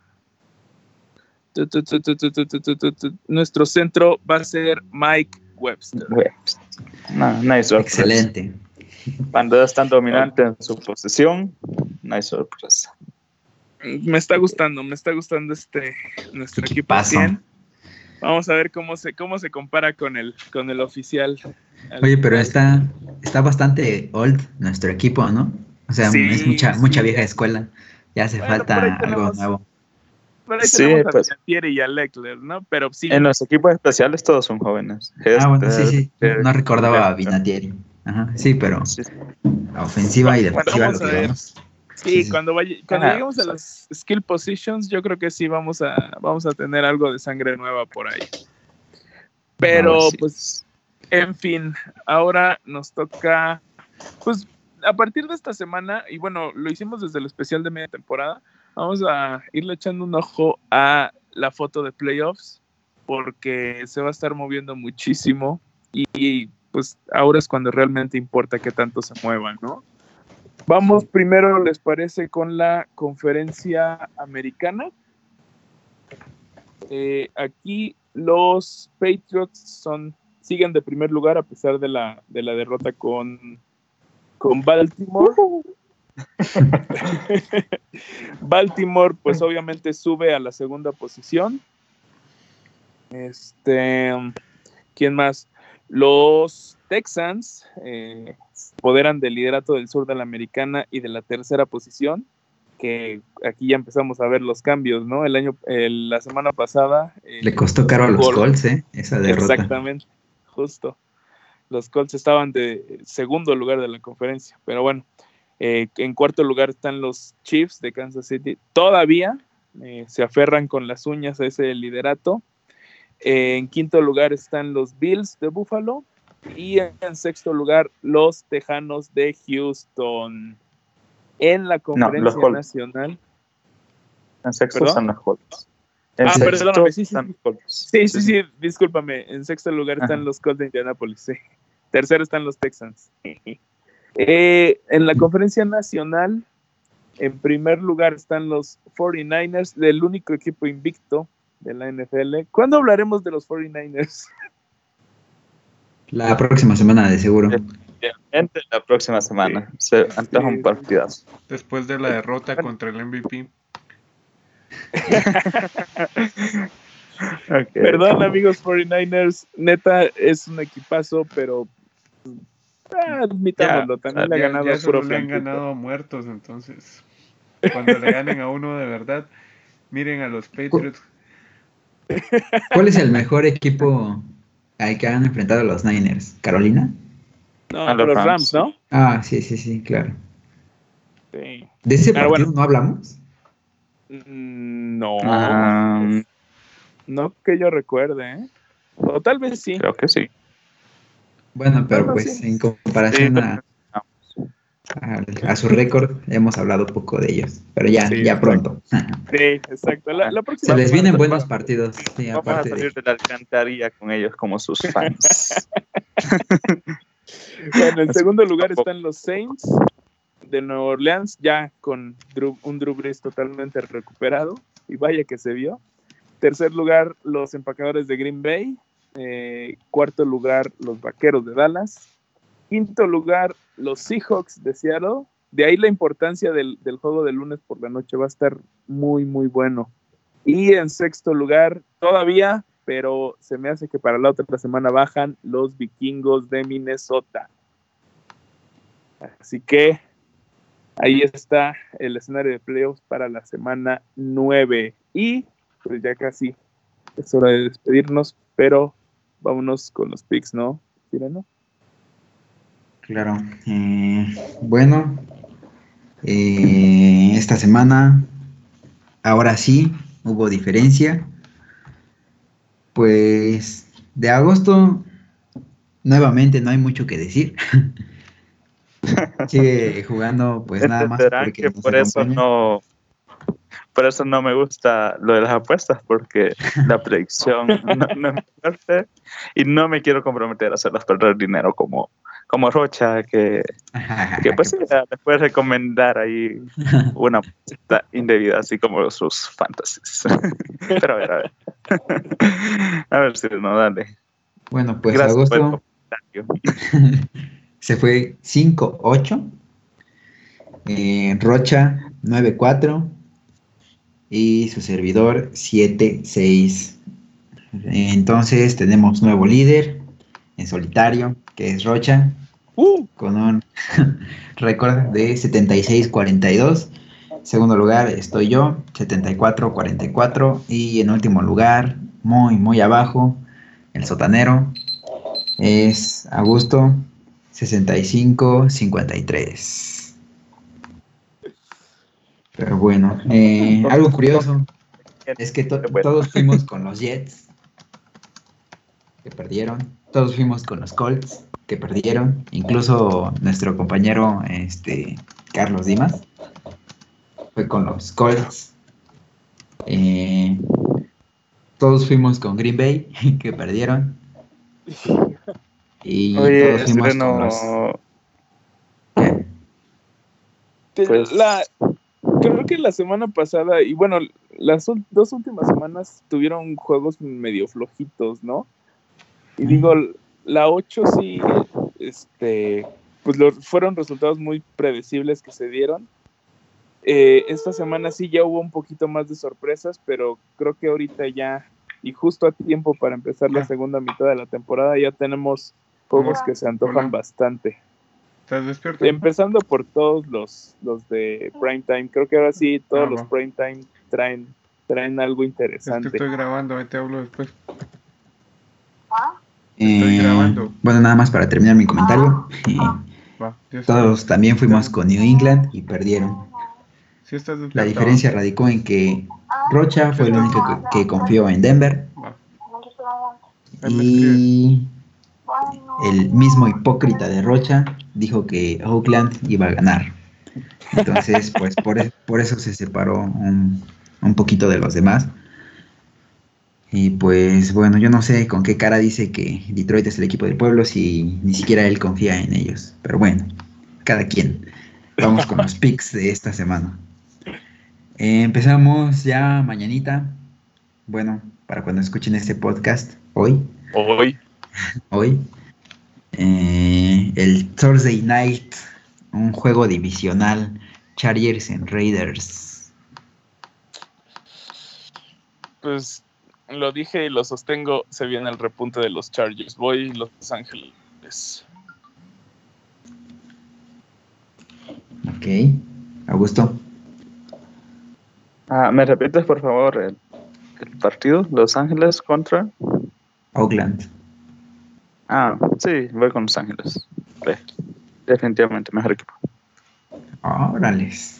Tu, tu, tu, tu, tu, tu, tu, tu, tu, tu. Nuestro centro va a ser Mike Webster. Bueno, no, no hay sorpresa. Excelente. Cuando es tan dominante en su posición, no hay sorpresa. Me está gustando, me está gustando este nuestro equipo Paso. cien. Vamos a ver cómo se cómo se compara con el con el oficial. Oye, pero Al- está, está bastante old nuestro equipo, ¿no? O sea, Sí, es mucha, sí, mucha vieja ya. escuela. Ya hace Bueno, por ahí falta algo tenemos, nuevo. por ahí Sí, tenemos a pues Vinatieri y a Leckler, ¿no? Pero sí, en los equipos especiales todos son jóvenes. Ah, bueno, sí, Hester, sí. No, no recordaba a Vinatieri. Ajá, sí, pero sí. a ofensiva y bueno, defensiva lo vamos a que ver. vamos. Sí, Sí, sí. cuando vaya, cuando Ah, lleguemos a las skill positions, yo creo que sí vamos a vamos a tener algo de sangre nueva por ahí. Pero así pues, es. en fin, ahora nos toca, pues, a partir de esta semana, y bueno, lo hicimos desde el especial de media temporada, vamos a irle echando un ojo a la foto de playoffs, porque se va a estar moviendo muchísimo, y, y, pues ahora es cuando realmente importa que tanto se muevan, ¿no? Vamos primero, ¿les parece, con la conferencia americana? Eh, aquí los Patriots son, siguen de primer lugar a pesar de la, de la derrota con, con Baltimore. Baltimore, pues obviamente sube a la segunda posición. Este, ¿quién más? Los Texans eh, se apoderan del liderato del sur de la americana y de la tercera posición, que aquí ya empezamos a ver los cambios, ¿no? El año, el, la semana pasada. Eh, Le costó los caro a los Colts, Colts, ¿eh? Esa derrota. exactamente, justo. Los Colts estaban de segundo lugar de la conferencia, pero bueno, eh, en cuarto lugar están los Chiefs de Kansas City. Todavía eh, se aferran con las uñas a ese liderato. Eh, en quinto lugar están los Bills de Buffalo. Y en sexto lugar, los Tejanos de Houston. En la No, los conferencia Colts. nacional. En sexto ¿Perdón? están los Colts. En Ah, sexto perdóname, sí, sí, están sí. los Colts. Sí, sí, sí, discúlpame. En sexto lugar están Ajá. los Colts de Indianapolis. Sí. Tercero están los Texans. Eh, en la conferencia nacional, en primer lugar están los cuarenta y nueve ers, el único equipo invicto de la N F L. ¿Cuándo hablaremos de los cuarenta y nueve ers? La próxima semana, de seguro. Definitivamente la próxima semana. Sí. Se antoja Sí. un partidazo. Después de la derrota contra el M V P. Okay. Perdón, amigos cuarenta y nueve ers, neta es un equipazo, pero ah, admitámoslo, también Ya, le ha Ya, ganado ya a puro solo le han flancito. ganado a muertos, entonces. Cuando le ganen a uno de verdad, miren a los Patriots. ¿Cuál es el mejor equipo al que han enfrentado los Niners? ¿Carolina? No, A los, los Rams, Rams. ¿no? Ah, sí, sí, sí, claro. Sí. ¿De ese Pero partido bueno. no hablamos? Mm, No, Ah, no que yo recuerde, ¿eh? O tal vez sí. creo que sí. Bueno, pero Bueno, pues sí. en Sí, comparación pero a, a, a su récord, hemos hablado poco de ellos. Pero ya, Sí, ya exacto. pronto. Sí, exacto. La, la próxima Se les semana vienen te buenos toca. partidos, sí, vamos a aparte salir de... de la alcantarilla con ellos como sus fans. Bueno, en Así segundo que lugar tampoco- están los Saints de Nueva Orleans, ya con Drew- un Drew Brees totalmente recuperado. Y vaya que se vio. Tercer lugar, los empacadores de Green Bay. Eh, cuarto lugar, los Vaqueros de Dallas. Quinto lugar, los Seahawks de Seattle. De ahí la importancia del, del juego de lunes por la noche. Va a estar muy, muy bueno. Y en sexto lugar, todavía, pero se me hace que para la otra semana bajan los Vikingos de Minnesota. Así que ahí está el escenario de playoffs para la semana nueve. Y pues ya casi es hora de despedirnos, pero vámonos con los picks, ¿no? ¿no? Claro. Eh, bueno, eh, esta semana, ahora sí, hubo diferencia. Pues de agosto, nuevamente no hay mucho que decir. Sigue jugando, pues nada más Entenderán porque que nos por eso acompaña. no, por eso no me gusta lo de las apuestas, porque la predicción no, no es muy fuerte y no me quiero comprometer a hacerlas perder dinero como, como Rocha, que, que pues sí, les puede recomendar ahí una apuesta indebida, así como sus fantasies. Pero a ver, a ver. A ver si no, dale. Bueno, pues Gracias por el agosto comentario. se fue cinco ocho. Eh, Rocha nueve cuatro. Y su servidor siete seis. Entonces tenemos nuevo líder en solitario, que es Rocha, Uh, con un récord de setenta y seis cuarenta y dos. Segundo lugar estoy yo, setenta y cuatro cuarenta y cuatro. Y en último lugar, muy, muy abajo, el sotanero, es Augusto, sesenta y cinco cincuenta y tres. Pero bueno, eh, algo curioso es que to- Bueno, todos fuimos con los Jets, que perdieron. Todos fuimos con los Colts, que perdieron. Incluso nuestro compañero, este, Carlos Dimas, fue con los Colts. Eh, todos fuimos con Green Bay, que perdieron. Y todos oye, fuimos con los... Sereno, ¿Qué? pues la, creo que la semana pasada, y bueno, las ul- dos últimas semanas tuvieron juegos medio flojitos, ¿no? Y digo, la ocho sí, este, pues los, fueron resultados muy predecibles que se dieron. Eh, esta semana sí ya hubo un poquito más de sorpresas, pero creo que ahorita ya, y justo a tiempo para empezar la segunda mitad de la temporada, ya tenemos juegos que se antojan Hola. bastante. ¿Estás despierto? Empezando por todos los, los de Primetime. Creo que ahora sí todos Ah, los va. Primetime traen, traen algo Es que interesante. estoy grabando, ahí te hablo después. Eh, Estoy grabando. Bueno, nada más para terminar mi comentario. Eh, Va, Dios todos te- también fuimos te- con New England y perdieron. Sí estás La despierto. diferencia radicó en que Rocha fue el único que, que confió en Denver. Va. Ahí me escribes. Y el mismo hipócrita de Rocha dijo que Oakland iba a ganar. Entonces, pues por, e- por eso se separó un, un poquito de los demás. Y pues bueno, yo no sé con qué cara dice que Detroit es el equipo del pueblo si ni siquiera él confía en ellos. Pero bueno, cada quien. Vamos con los picks de esta semana. Eh, empezamos ya mañanita. Bueno, para cuando escuchen este podcast, hoy, hoy hoy, eh, el Thursday Night, un juego divisional, Chargers en Raiders. Pues lo dije y lo sostengo, se viene el repunte de los Chargers. Voy Los Ángeles. Ok, Augusto. Ah, ¿me repites, por favor, el, el partido? Los Ángeles contra... Oakland. Ah, sí, voy con Los Ángeles. Sí, definitivamente, mejor equipo. Órales.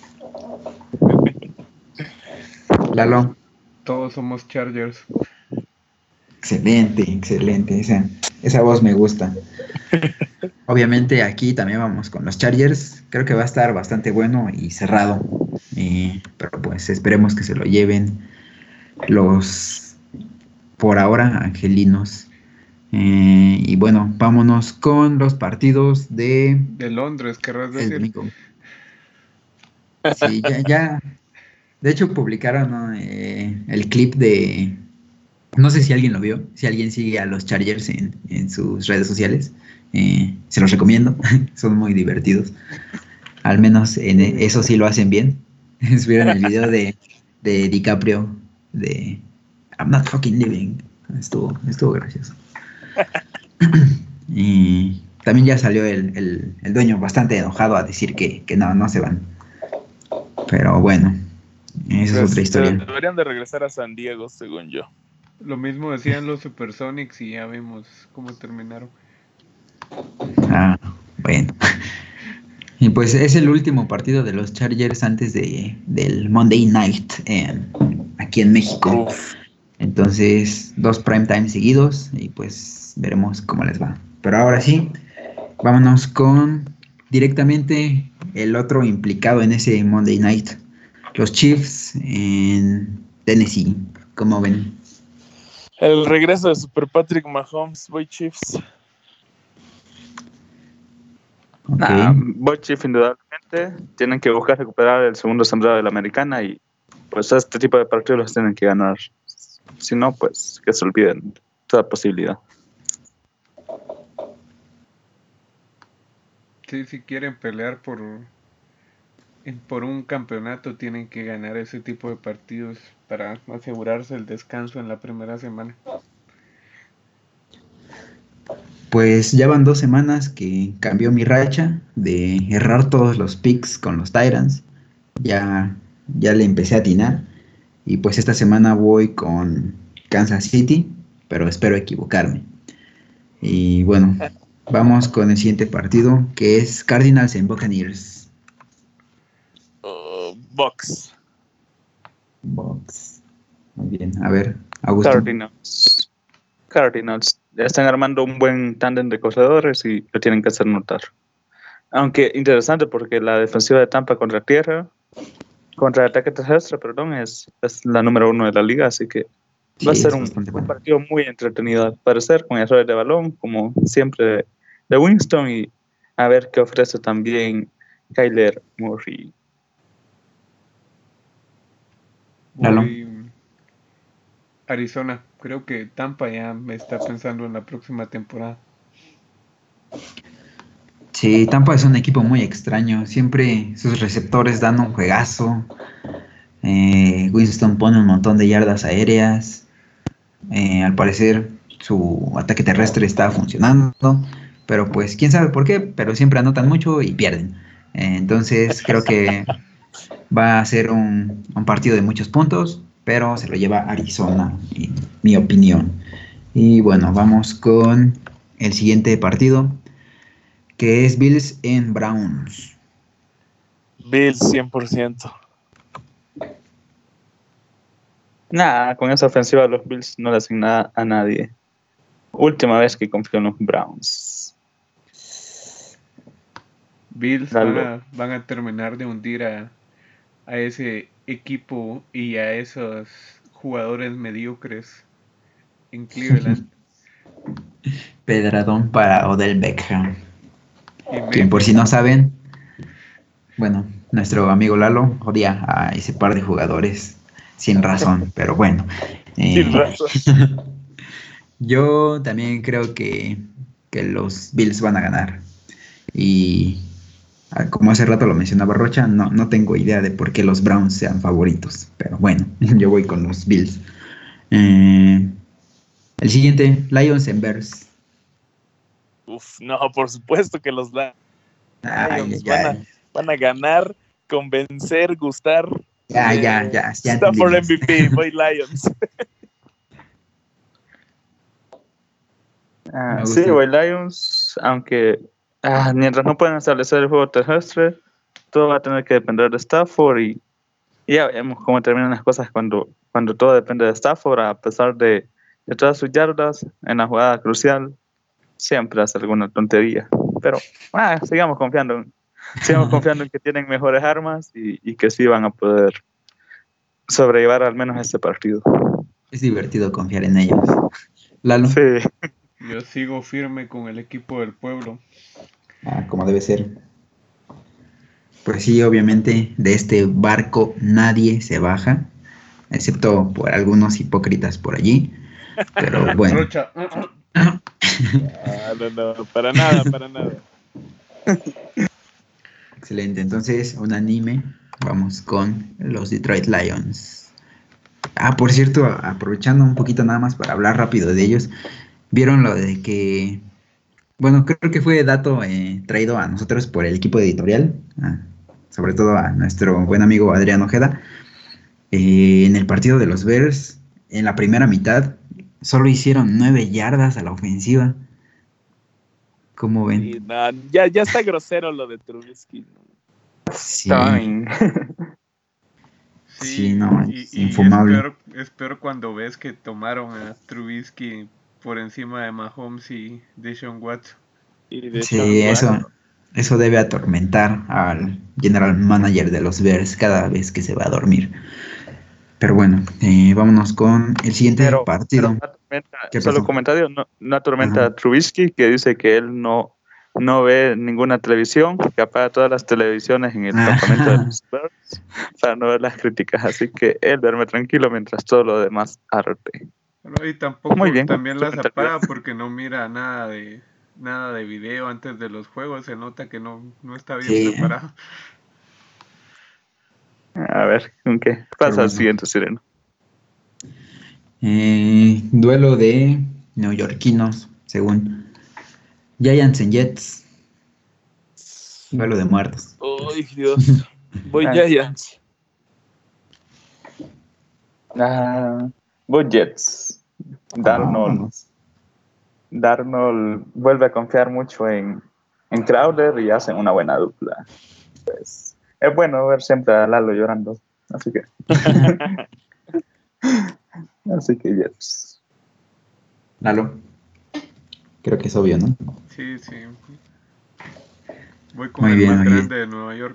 Lalo. Todos somos Chargers. Excelente, excelente. Esa, esa voz me gusta. Obviamente aquí también vamos con los Chargers. Creo que va a estar bastante bueno y cerrado. Eh, pero pues esperemos que se lo lleven los, por ahora, angelinos. Eh, y bueno, vámonos con los partidos de De Londres, querrás el decir. domingo. Sí, ya, ya. De hecho, publicaron, ¿no? eh, el clip de... No sé si alguien lo vio, si alguien sigue a los Chargers en, en sus redes sociales. Eh, se los recomiendo, son muy divertidos. Al menos en e- eso sí lo hacen bien. Subieron el video de, de DiCaprio de I'm not fucking living. Estuvo, estuvo gracioso. Y también ya salió el, el, el dueño bastante enojado a decir que, que no, no se van. Pero bueno, esa es Pues, otra historia. deberían de regresar a San Diego, según yo. Lo mismo decían los Supersonics y ya vimos cómo terminaron. Ah, bueno. Y pues es el último partido de los Chargers antes de, del Monday Night en, aquí en México. Uf. Entonces, dos prime time seguidos y pues veremos cómo les va. Pero ahora sí, vámonos con directamente el otro implicado en ese Monday Night. Los Chiefs en Tennessee. ¿Cómo ven? El regreso de Super Patrick Mahomes, voy Chiefs. Ok. Nah, voy Chiefs indudablemente. Tienen que buscar recuperar el segundo sembrado de la americana y pues este tipo de partidos los tienen que ganar. Si no, pues que se olviden toda posibilidad. Sí, si quieren pelear por, por un campeonato, tienen que ganar ese tipo de partidos para asegurarse el descanso en la primera semana. Pues ya van dos semanas que cambió mi racha de errar todos los picks con los Tyrants. Ya, ya le empecé a atinar. Y pues esta semana voy con Kansas City, pero espero equivocarme. Y bueno, vamos con el siguiente partido, que es Cardinals en Buccaneers. Uh, Bucks. Bucks. Muy bien, a ver, Augusto. Cardinals. Cardinals. Ya están armando un buen tándem de corredores y lo tienen que hacer notar. Aunque interesante porque la defensiva de Tampa contra tierra, contra el ataque terrestre, perdón, es, es la número uno de la liga, así que Sí, va a ser es un, bastante un bueno. partido muy entretenido al parecer, con errores de balón, como siempre de, de Winston, y a ver qué ofrece también Kyler Murray. Lalo. Voy Arizona. Creo que Tampa ya me está pensando en la próxima temporada. Sí, Tampa es un equipo muy extraño. Siempre sus receptores dan un juegazo. Eh, Winston pone un montón de yardas aéreas. Eh, al parecer su ataque terrestre está funcionando. Pero pues quién sabe por qué. Pero siempre anotan mucho y pierden. Eh, entonces creo que va a ser un, un partido de muchos puntos. Pero se lo lleva Arizona, en mi opinión. Y bueno, vamos con el siguiente partido, que es Bills en Browns. Bills cien por ciento. Nada, con esa ofensiva los Bills no le hacen nada a nadie. Última vez que confío en los Browns. Bills Lalo. van a, van a terminar de hundir a, a ese equipo y a esos jugadores mediocres en Cleveland. Pedradón para Odell Beckham. Y Quien por Mayfield. si no saben, bueno, nuestro amigo Lalo odia a ese par de jugadores sin razón, pero bueno. eh, Sin razón. yo también creo que, que los Bills van a ganar. Y ah, como hace rato lo mencionaba Rocha, no, no tengo idea de por qué los Browns sean favoritos, pero bueno, yo voy con los Bills. Eh, el siguiente, Lions en Bears. Uf, no, por supuesto que los Lions Ay, ay, van, a, ay. van a ganar, convencer, gustar Ya, ya, ya. ya Está por entendimos. M V P, voy Lions. Ah, Me sí, gusta. voy Lions, aunque ah, mientras no puedan establecer el juego terrestre, todo va a tener que depender de Stafford y, y ya vemos cómo terminan las cosas cuando, cuando todo depende de Stafford, a pesar de, de todas sus yardas en la jugada crucial, siempre hace alguna tontería. Pero ah, sigamos confiando, en- sigamos confiando en que tienen mejores armas y, y que sí van a poder sobrellevar al menos este partido. Es divertido confiar en ellos. Lalo, Sí, Yo sigo firme con el equipo del pueblo. ah, como debe ser. Pues sí, obviamente de este barco nadie se baja, excepto por algunos hipócritas por allí. Pero bueno, Rocha. Ah, no, no, para nada, para nada. excelente. Entonces, un anime. Vamos con los Detroit Lions. Ah, por cierto, a- aprovechando un poquito nada más para hablar rápido de ellos, vieron lo de que, bueno, creo que fue dato eh, traído a nosotros por el equipo editorial, ah, sobre todo a nuestro buen amigo Adrián Ojeda. Eh, en el partido de los Bears, en la primera mitad, solo hicieron nueve yardas a la ofensiva. ¿Cómo Y ven? no, ya, ya está grosero lo de Trubisky. Sí, también. Sí, sí, no, y, es y es infumable. peor, es peor cuando ves que tomaron a Trubisky por encima de Mahomes y Deshaun Watson. Y de Sean Sí, Watson. eso, eso debe atormentar al general manager de los Bears cada vez que se va a dormir. Pero bueno, eh, vámonos con el siguiente Pero, pero partido. no atormenta, ¿Qué solo pasó? comentario, no, no atormenta Ajá. a Trubisky, que dice que él no, no ve ninguna televisión, que apaga todas las televisiones en el campamento de Ah, los Bears para no ver las críticas. Así que él duerme tranquilo mientras todo lo demás arde. Bueno, y Muy tampoco bien, también su las mentalidad. apaga porque no mira nada de nada de video antes de los juegos, se nota que no, no está bien sí, ¿eh? preparado. A ver, ¿con qué Pero pasa al bueno. siguiente sireno? Eh, duelo de neoyorquinos, según Giants and Jets. Duelo de muertos. Uy, Dios. Voy Ah, Giants. ah, Go Jets. Darnold, Vámonos. Darnold vuelve a confiar mucho en, en Crowder y hacen una buena dupla. Pues, es bueno ver siempre a Lalo llorando. Así que, así que Jets. Lalo. Creo que es obvio, ¿no? Sí, sí. Voy con Muy el bien, más muy bien. grande de Nueva York.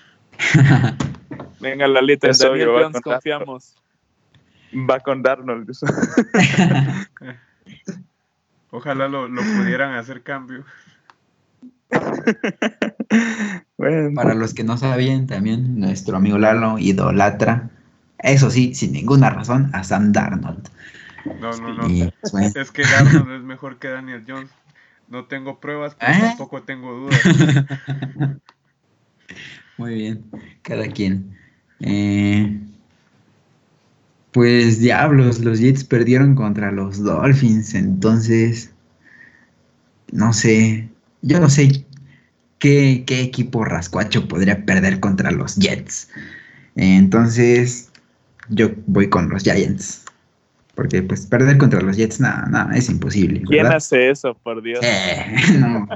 Venga, Lalita, en Es Daniel obvio, va Jones con Darnold. confiamos. Va con Darnold. Eh, Ojalá lo, lo pudieran hacer cambio. Bueno, Para los que no sabían, también nuestro amigo Lalo idolatra, eso sí, sin ninguna razón, a Sam Darnold. No, no, no. Y pues, bueno. Es que Darnold es mejor que Daniel Jones. No tengo pruebas, pero ¿Eh? tampoco tengo dudas. Muy bien, cada quien. Eh, pues diablos, los Jets perdieron contra los Dolphins, entonces, no sé, yo no sé qué, qué equipo rascuacho podría perder contra los Jets. Entonces, yo voy con los Giants. Porque pues perder contra los Jets, nada, nada, es imposible, ¿Quién ¿verdad? hace eso, por Dios? Eh, no.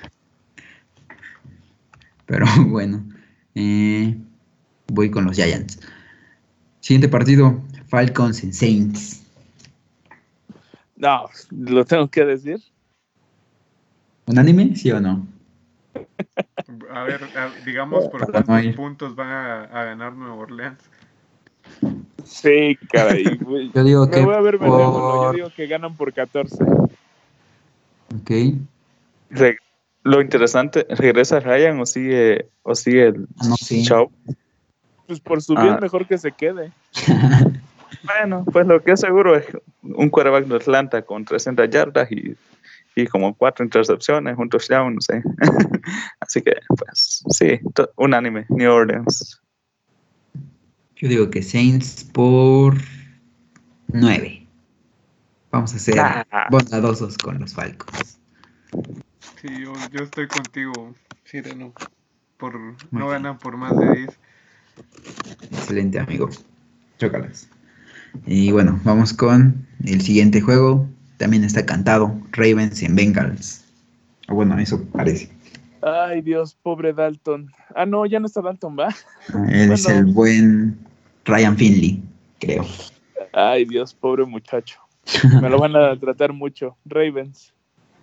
Pero bueno, eh, voy con los Giants. Siguiente partido, Falcons en Saints. No, lo tengo que decir. ¿Unánime, sí o no? A ver, a- digamos por Para no cuántos ir. puntos van a, a ganar Nueva Orleans. Sí, caray. güey. Yo digo Me que voy a ver benévolo. Yo por... digo que ganan por catorce. Ok. re- lo interesante, ¿regresa Ryan o sigue, o sigue el Ah, no, sí. Shaw? Pues por su bien, Ah, mejor que se quede. bueno, pues lo que es seguro es un quarterback de Atlanta con trescientas yardas y, y como cuatro intercepciones, un touchdown, no sé. Así que, pues, sí, to- unánime, New Orleans. Yo digo que Saints por nueve. Vamos a ser Ah, bondadosos con los Falcons. Sí, yo, yo estoy contigo, Sireno. Por, Muy no bien. ganan por más de diez. Excelente, amigo. Chócalas. Y bueno, vamos con el siguiente juego. También está cantado, Ravens en Bengals. O bueno, eso parece. Ay, Dios, pobre Dalton. Ah, no, ya no está Dalton, ¿va? Ah, Él es Bueno. el buen Ryan Finley, creo. Ay, Dios, pobre muchacho. Me lo van a tratar mucho. Ravens.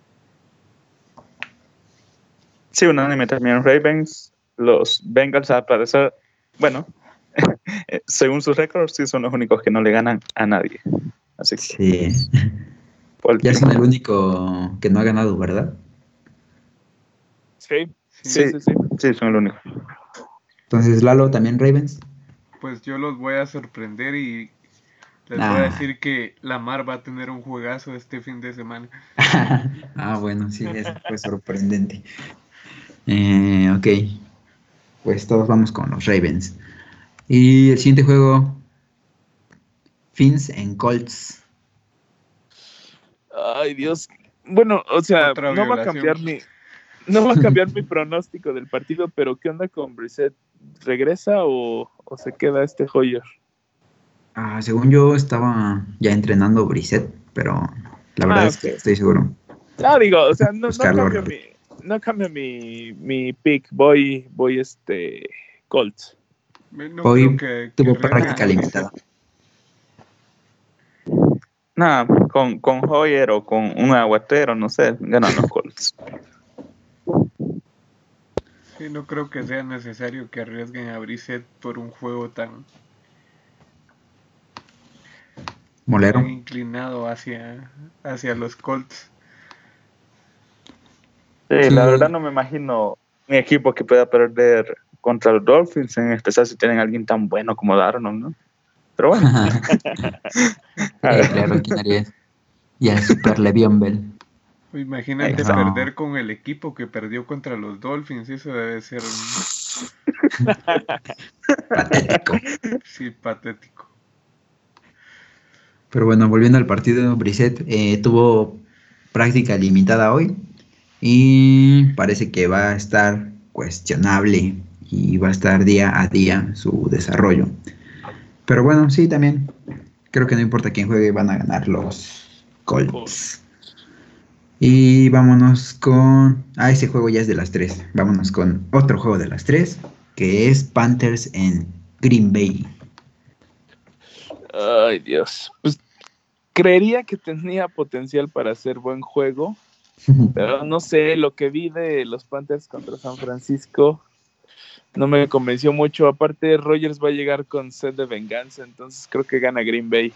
Sí, unánime también Ravens. Los Bengals, al parecer, bueno, según sus récords, sí son los únicos que no le ganan a nadie. Así que, Sí. por Ya el son tiempo. el único que no ha ganado, ¿verdad? Sí, Sí, sí, sí, sí. sí, son el único. Entonces, Lalo, también Ravens. Pues yo los voy a sorprender y les voy a Ah. decir que Lamar va a tener un juegazo este fin de semana. Ah, bueno, sí, eso fue sorprendente. Eh, ok, pues todos vamos con los Ravens. Y el siguiente juego, Fins en Colts. Ay, Dios. Bueno, o sea, Otra no va a violación. cambiar mi, no va a cambiar mi pronóstico del partido, pero ¿qué onda con Brissett? ¿Regresa o, o se queda este Hoyer? Ah, según yo estaba ya entrenando Brissett, pero la verdad Ah, es ok. que estoy seguro. Ah, digo, o sea, no, no Buscarlo cambia rápido. mi, no cambia mi, mi pick. Voy, voy este Colts. No Hoy creo que, que tuvo arriesguen práctica a limitada. Brissett. Nada, con, con Hoyer o con un aguatero, no sé, ganan los Colts. Sí, no creo que sea necesario que arriesguen a Brissett por un juego tan, Molero. tan inclinado hacia, hacia los Colts. Sí, Sí, la verdad no me imagino un equipo que pueda perder contra los Dolphins, en especial si tienen a alguien tan bueno como Darnold, ¿no? Pero bueno, a sí, ver. claro, ¿quién haría eso? Y al Super Le'Veon Bell. Imagínate Exacto. perder con el equipo que perdió contra los Dolphins, eso debe ser Patético. sí patético. Pero bueno, volviendo al partido, Brissett eh, tuvo práctica limitada hoy y parece que va a estar cuestionable y va a estar día a día su desarrollo. Pero bueno, sí, también creo que no importa quién juegue, van a ganar los Colts. Y vámonos con... Ah, ese juego ya es de las tres. Vámonos con otro juego de las tres, que es Panthers en Green Bay. Ay, Dios. Pues creería que tenía potencial para hacer buen juego, pero no sé, lo que vi de los Panthers contra San Francisco no me convenció mucho. Aparte, Rodgers va a llegar con sed de venganza, entonces creo que gana Green Bay.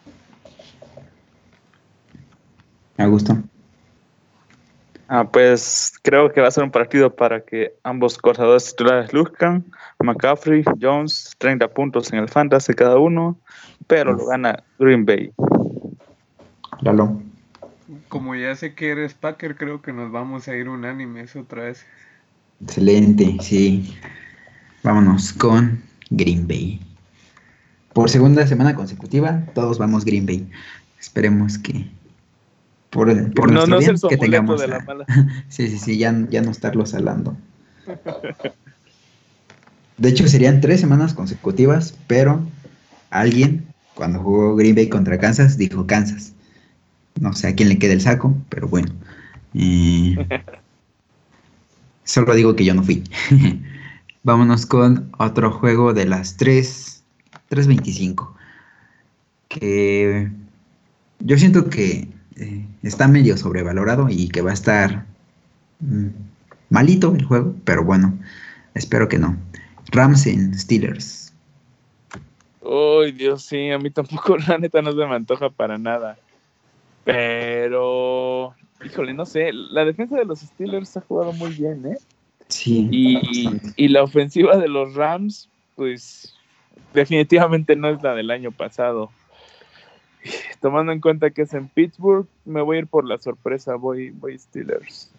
Me gusta. Ah, pues creo que va a ser un partido para que ambos corredores titulares luzcan. McCaffrey, Jones, treinta puntos en el fantasy cada uno, pero lo gana Green Bay. Lalo. Como ya sé que eres Packer, creo que nos vamos a ir unánimes otra vez. Excelente, sí. Vámonos con Green Bay. Por segunda semana consecutiva, todos vamos Green Bay. Esperemos que por, por No, nuestro no ser bien su que amuleto tengamos de la a... mala. Sí, sí, sí, ya, ya no estarlos salando. De hecho, serían tres semanas consecutivas, pero alguien, cuando jugó Green Bay contra Kansas, dijo Kansas. No sé a quién le queda el saco, pero bueno. Eh, solo digo que yo no fui. Vámonos con otro juego de las tres, tres veinticinco. Que yo siento que eh, está medio sobrevalorado y que va a estar mm, malito el juego, pero bueno, espero que no. Rams en Steelers. Ay, Dios, sí, a mí tampoco, la neta, no se me antoja para nada. Pero, híjole, no sé, la defensa de los Steelers ha jugado muy bien, ¿eh? Sí, Y, bastante. y la ofensiva de los Rams, pues definitivamente no es la del año pasado. Tomando en cuenta que es en Pittsburgh, me voy a ir por la sorpresa, voy, voy Steelers.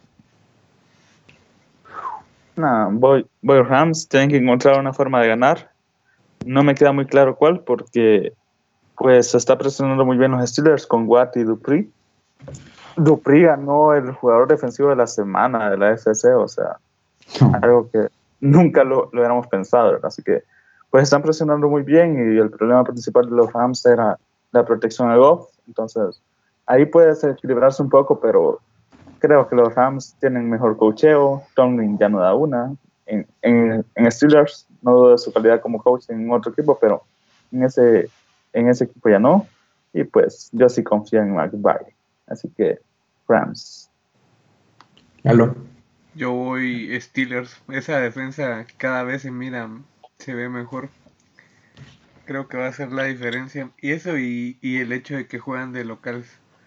No, voy, voy Rams, tienen que encontrar una forma de ganar. No me queda muy claro cuál, porque pues se está presionando muy bien los Steelers con Watt y Dupree. Dupree ganó el jugador defensivo de la semana de la F C, o sea, No. algo que nunca lo, lo hubiéramos pensado, ¿verdad? Así que pues están presionando muy bien y el problema principal de los Rams era la protección al Goff. Entonces, ahí puede equilibrarse un poco, pero creo que los Rams tienen mejor coacheo. Tomlin ya no da una. En, en, en Steelers no dudo de su calidad como coach en otro equipo, pero en ese, en ese equipo ya no. Y pues yo sí confío en McVay. Así que Rams. Lalo. Yo voy Steelers. Esa defensa cada vez se mira, se ve mejor. Creo que va a ser la diferencia. Y eso y, y el hecho de que juegan de locales.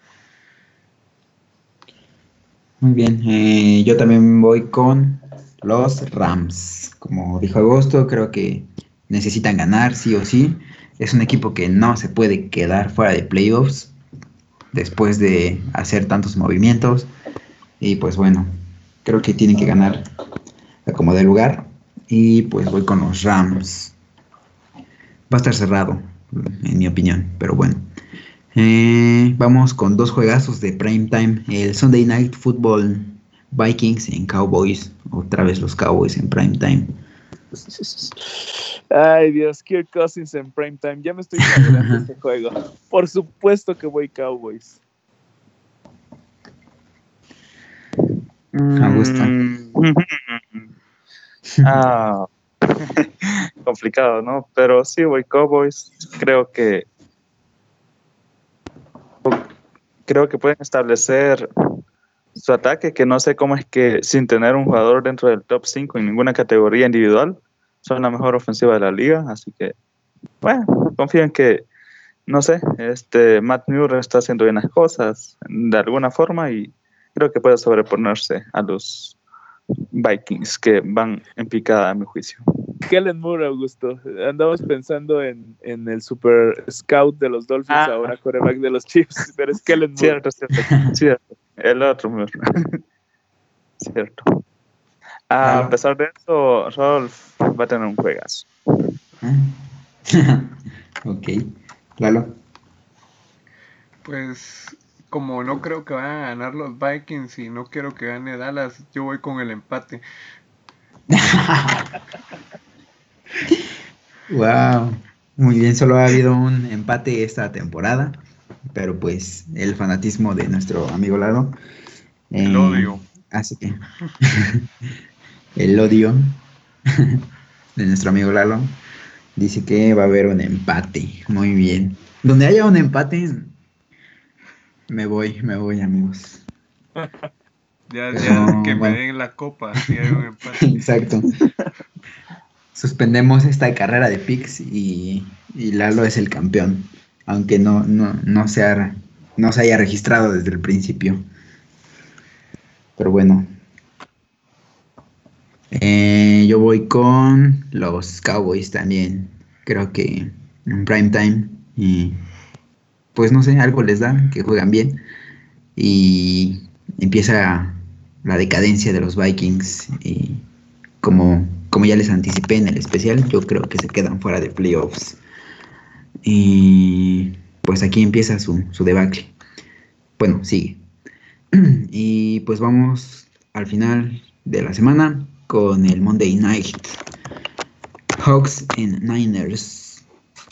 Muy bien, eh, yo también voy con los Rams. Como dijo Agosto, creo que necesitan ganar sí o sí. Es un equipo que no se puede quedar fuera de playoffs después de hacer tantos movimientos. Y pues bueno, creo que tienen que ganar a como de lugar. Y pues voy con los Rams. Va a estar cerrado, en mi opinión, pero bueno. Eh, vamos con dos juegazos de prime time. El Sunday Night Football, Vikings en Cowboys. Otra vez los Cowboys en prime time. Ay, Dios, Kirk Cousins en primetime. Ya me estoy imaginando este juego. Por supuesto que voy Cowboys. Me gusta. Ah, complicado, ¿no? Pero sí, voy Cowboys. Creo que creo que pueden establecer su ataque, que no sé cómo es que sin tener un jugador dentro del top cinco en ninguna categoría individual, son la mejor ofensiva de la liga, así que bueno, confío en que, no sé, este Matt Muir está haciendo bien las cosas de alguna forma y creo que puede sobreponerse a los Vikings que van en picada a mi juicio. Kellen Moore, Augusto. Andamos pensando en, en el super scout de los Dolphins, ah, ahora quarterback de los Chiefs, pero es Kellen Moore. Cierto, cierto, cierto. El otro Moore. Cierto. A Lalo. pesar de eso, Rolf va a tener un juegazo. Ok. Lalo. Pues como no creo que vayan a ganar los Vikings y no quiero que gane Dallas, yo voy con el empate. Wow. Muy bien, solo ha habido un empate esta temporada, pero pues el fanatismo de nuestro amigo Lalo. Eh, el odio. Así que el odio de nuestro amigo Lalo dice que va a haber un empate. Muy bien. Donde haya un empate, me voy, me voy, amigos. Ya, pero, ya que bueno, me den la copa, si hay un empate. Exacto. Suspendemos esta carrera de picks y, y Lalo es el campeón, aunque no, no, no, se ha, no se haya registrado desde el principio. Pero bueno. Eh, yo voy con los Cowboys también. Creo que en prime time. Y pues no sé, algo les da, que juegan bien. Y empieza la decadencia de los Vikings. Y como, como ya les anticipé en el especial, yo creo que se quedan fuera de playoffs. Y pues aquí empieza su, su debacle. Bueno, sigue. Y pues vamos al final de la semana con el Monday Night. Hawks and Niners.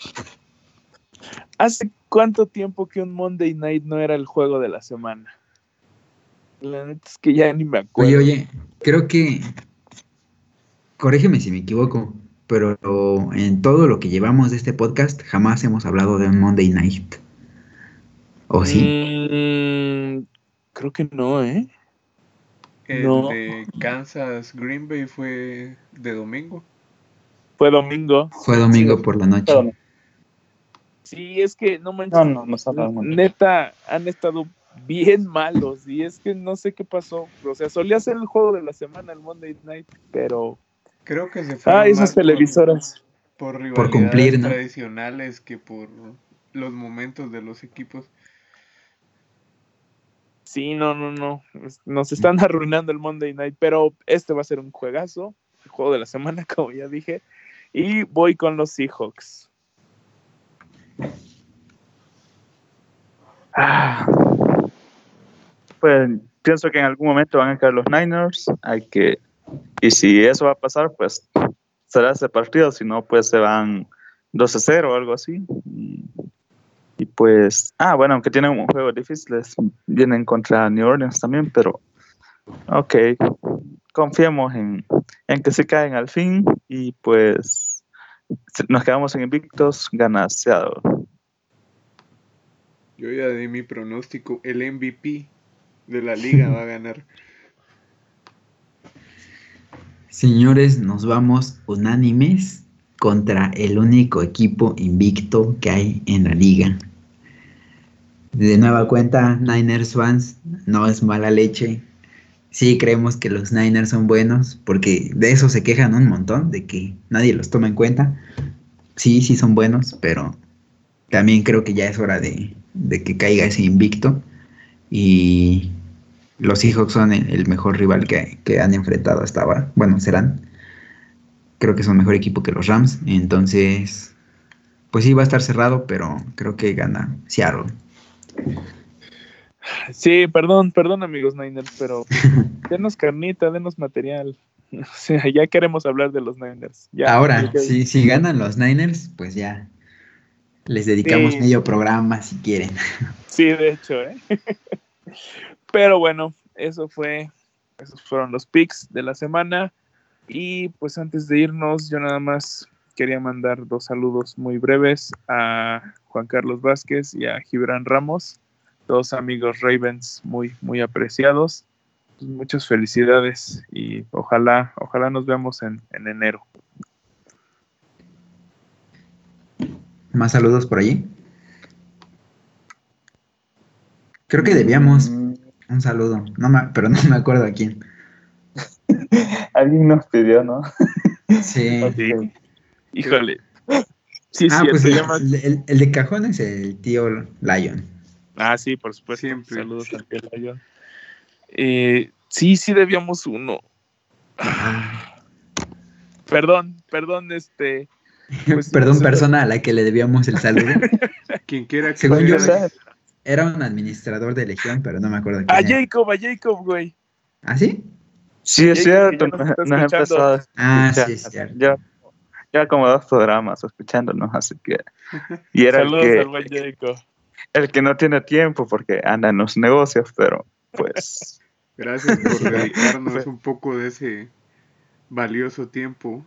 ¿Hace cuánto tiempo que un Monday Night no era el juego de la semana? La neta es que ya ni me acuerdo. Oye, oye, creo que... Corrígeme si me equivoco, pero en todo lo que llevamos de este podcast jamás hemos hablado de un Monday Night. ¿O sí? Mm, creo que no, ¿eh? El no. de Kansas Green Bay fue de domingo. Fue domingo. Fue domingo sí, por la noche. Domingo. Sí, es que no manches. No, no, no está mal. Neta, han estado bien malos y es que no sé qué pasó. O sea, solía ser el juego de la semana, el Monday Night, pero... Creo que se fue ah, esas televisoras. Por, por rivalidades por cumplir, ¿no? tradicionales que por los momentos de los equipos. Sí, no, no, no. Nos están arruinando el Monday Night, pero este va a ser un juegazo, el juego de la semana, como ya dije. Y voy con los Seahawks. Ah. Pues pienso que en algún momento van a caer los Niners. Hay que... Y si eso va a pasar, pues será ese partido, si no, pues se van dos a cero o algo así. Y, y pues, ah, bueno, aunque tienen un juego difícil, vienen contra New Orleans también, pero ok, confiemos en, en que se caen al fin y pues nos quedamos en invictos, gana Seattle. Yo ya di mi pronóstico, el M V P de la liga va a ganar. Señores, nos vamos unánimes contra el único equipo invicto que hay en la liga. De nueva cuenta, Niners fans, no es mala leche. Sí creemos que los Niners son buenos, porque de eso se quejan un montón, de que nadie los toma en cuenta. Sí, sí son buenos, pero también creo que ya es hora de, de que caiga ese invicto. Y los Seahawks son el, el mejor rival que, que han enfrentado hasta ahora. Bueno, serán. Creo que son mejor equipo que los Rams. Entonces, pues sí, va a estar cerrado, pero creo que gana Seattle. Sí, perdón, perdón amigos Niners, pero denos carnita, denos material. O sea, ya queremos hablar de los Niners. Ya, Ahora, ya si, si ganan los Niners, pues ya les dedicamos sí, medio programa si quieren. Sí, de hecho, ¿eh? Pero bueno, eso fue, esos fueron los picks de la semana. Y pues antes de irnos, yo nada más quería mandar dos saludos muy breves a Juan Carlos Vázquez y a Gibran Ramos, dos amigos Ravens muy, muy apreciados. Pues muchas felicidades y ojalá, ojalá nos veamos en, en enero. ¿Más saludos por allí? Creo que debíamos un saludo, no me, pero no me acuerdo a quién. Alguien nos pidió, ¿no? Sí. Okay. Híjole. Sí, ah, sí, pues se el, llama... el, el, el de cajón es el tío Lion. Ah, sí, por supuesto. Siempre. Saludos al tío Lion. Eh, sí, sí debíamos uno. Ah. Perdón, perdón, este... Pues, perdón, sí, persona a la que le debíamos el saludo. Quien quiera que Según yo, sea. era un administrador de Legión, pero no me acuerdo A quién era. Jacob, a Jacob, güey. ¿Ah, sí? Sí, es cierto, nos, nos, nos ha empezado a escuchar. Ah, sí, es cierto. Ya, ya como dos programas escuchándonos, así que... Y era Saludos el que, al buen Jacob. El que no tiene tiempo porque anda en los negocios, pero pues... Gracias por dedicarnos un poco de ese valioso tiempo.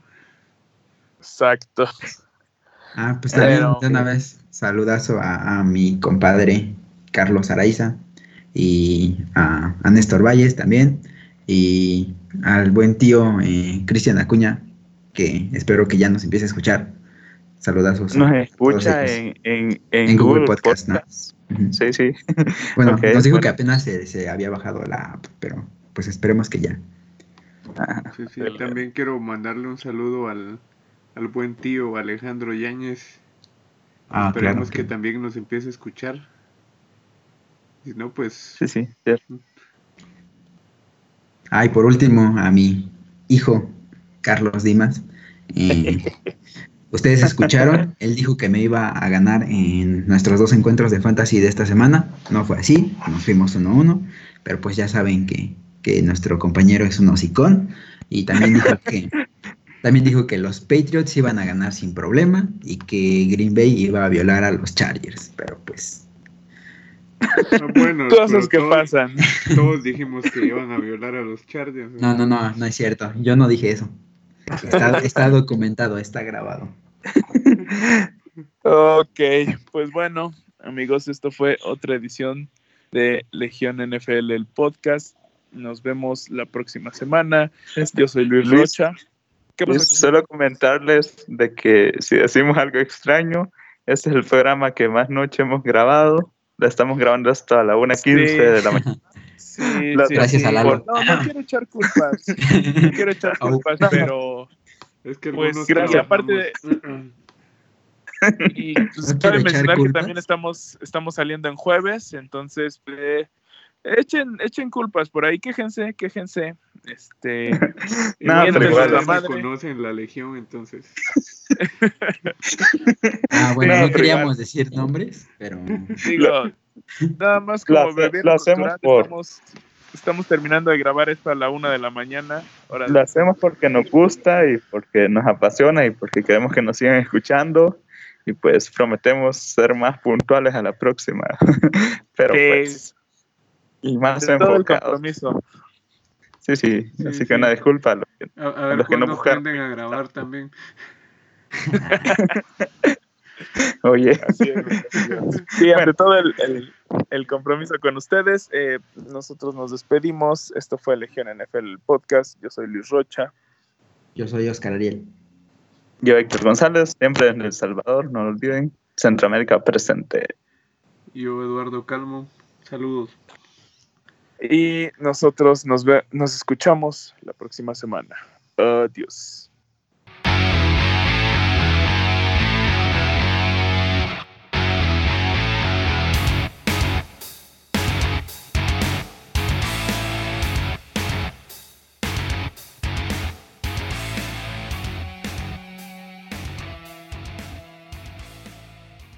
Exacto. Ah, pues también Pero, de una vez saludazo a, a mi compadre Carlos Araiza y a, a Néstor Valles también y al buen tío eh, Cristian Acuña, que espero que ya nos empiece a escuchar. Saludazos. Nos escucha en, en, en, en Google, Google Podcast, Podcast, ¿no? Uh-huh. Sí, sí. Bueno, okay, nos dijo bueno. que apenas se, se había bajado la app, pero pues esperemos que ya. Sí, sí, también quiero mandarle un saludo al, al buen tío Alejandro Yáñez. Ah, Esperemos claro, que claro. también nos empiece a escuchar. Si no, pues... Sí, sí, cierto. Ah, y por último, a mi hijo, Carlos Dimas. Eh, Ustedes escucharon, él dijo que me iba a ganar en nuestros dos encuentros de fantasy de esta semana. No fue así, nos fuimos uno a uno, pero pues ya saben que, que nuestro compañero es un hocicón. Y también dijo que también dijo que los Patriots iban a ganar sin problema y que Green Bay iba a violar a los Chargers, pero pues... No, bueno, cosas que todos, pasan. Todos dijimos que iban a violar a los Chargers. No, no, no, no es cierto, yo no dije eso. Está, está documentado, está grabado. Ok, pues bueno, amigos, esto fue otra edición de Legión N F L, el podcast. Nos vemos la próxima semana. Yo soy Luis, Luis Rocha. ¿Qué pasa? Solo comentarles de que si decimos algo extraño, este es el programa que más noche hemos grabado. La estamos grabando hasta la una quince sí. de la mañana. Sí, la, sí, gracias sí. a Lalo. No, no quiero echar culpas. No quiero echar culpas, pero... Es que pues gracias, aparte de... Y pues no cabe mencionar que también estamos, estamos saliendo en jueves, entonces eh, echen, echen culpas por ahí, quéjense, quéjense. Este, no, pero igual la no madre. conocen la Legión, entonces. Ah, bueno, no, no queríamos igual. decir nombres, pero digo, nada más como lo, bebiendo lo hacemos por estamos, estamos terminando de grabar esto a la una de la mañana. Ahora Lo hacemos porque nos gusta y porque nos apasiona y porque queremos que nos sigan escuchando y pues prometemos ser más puntuales a la próxima. Pero sí, pues y más de todo el enfocados. compromiso. Sí, sí, Sí, así sí. que una disculpa a los que, A, a a ver los que no cuándo buscaron. aprenden a grabar también. Oye, Así es, muchachos. Sí, Bueno. ante todo el, el, el compromiso con ustedes, eh, nosotros nos despedimos. Esto fue Legión N F L el podcast. Yo soy Luis Rocha. Yo soy Oscar Ariel. yo Héctor González, siempre en El Salvador, no lo olviden, Centroamérica presente. Yo, Eduardo Calmo. Saludos. Y nosotros nos, ve, nos escuchamos la próxima semana. Adiós.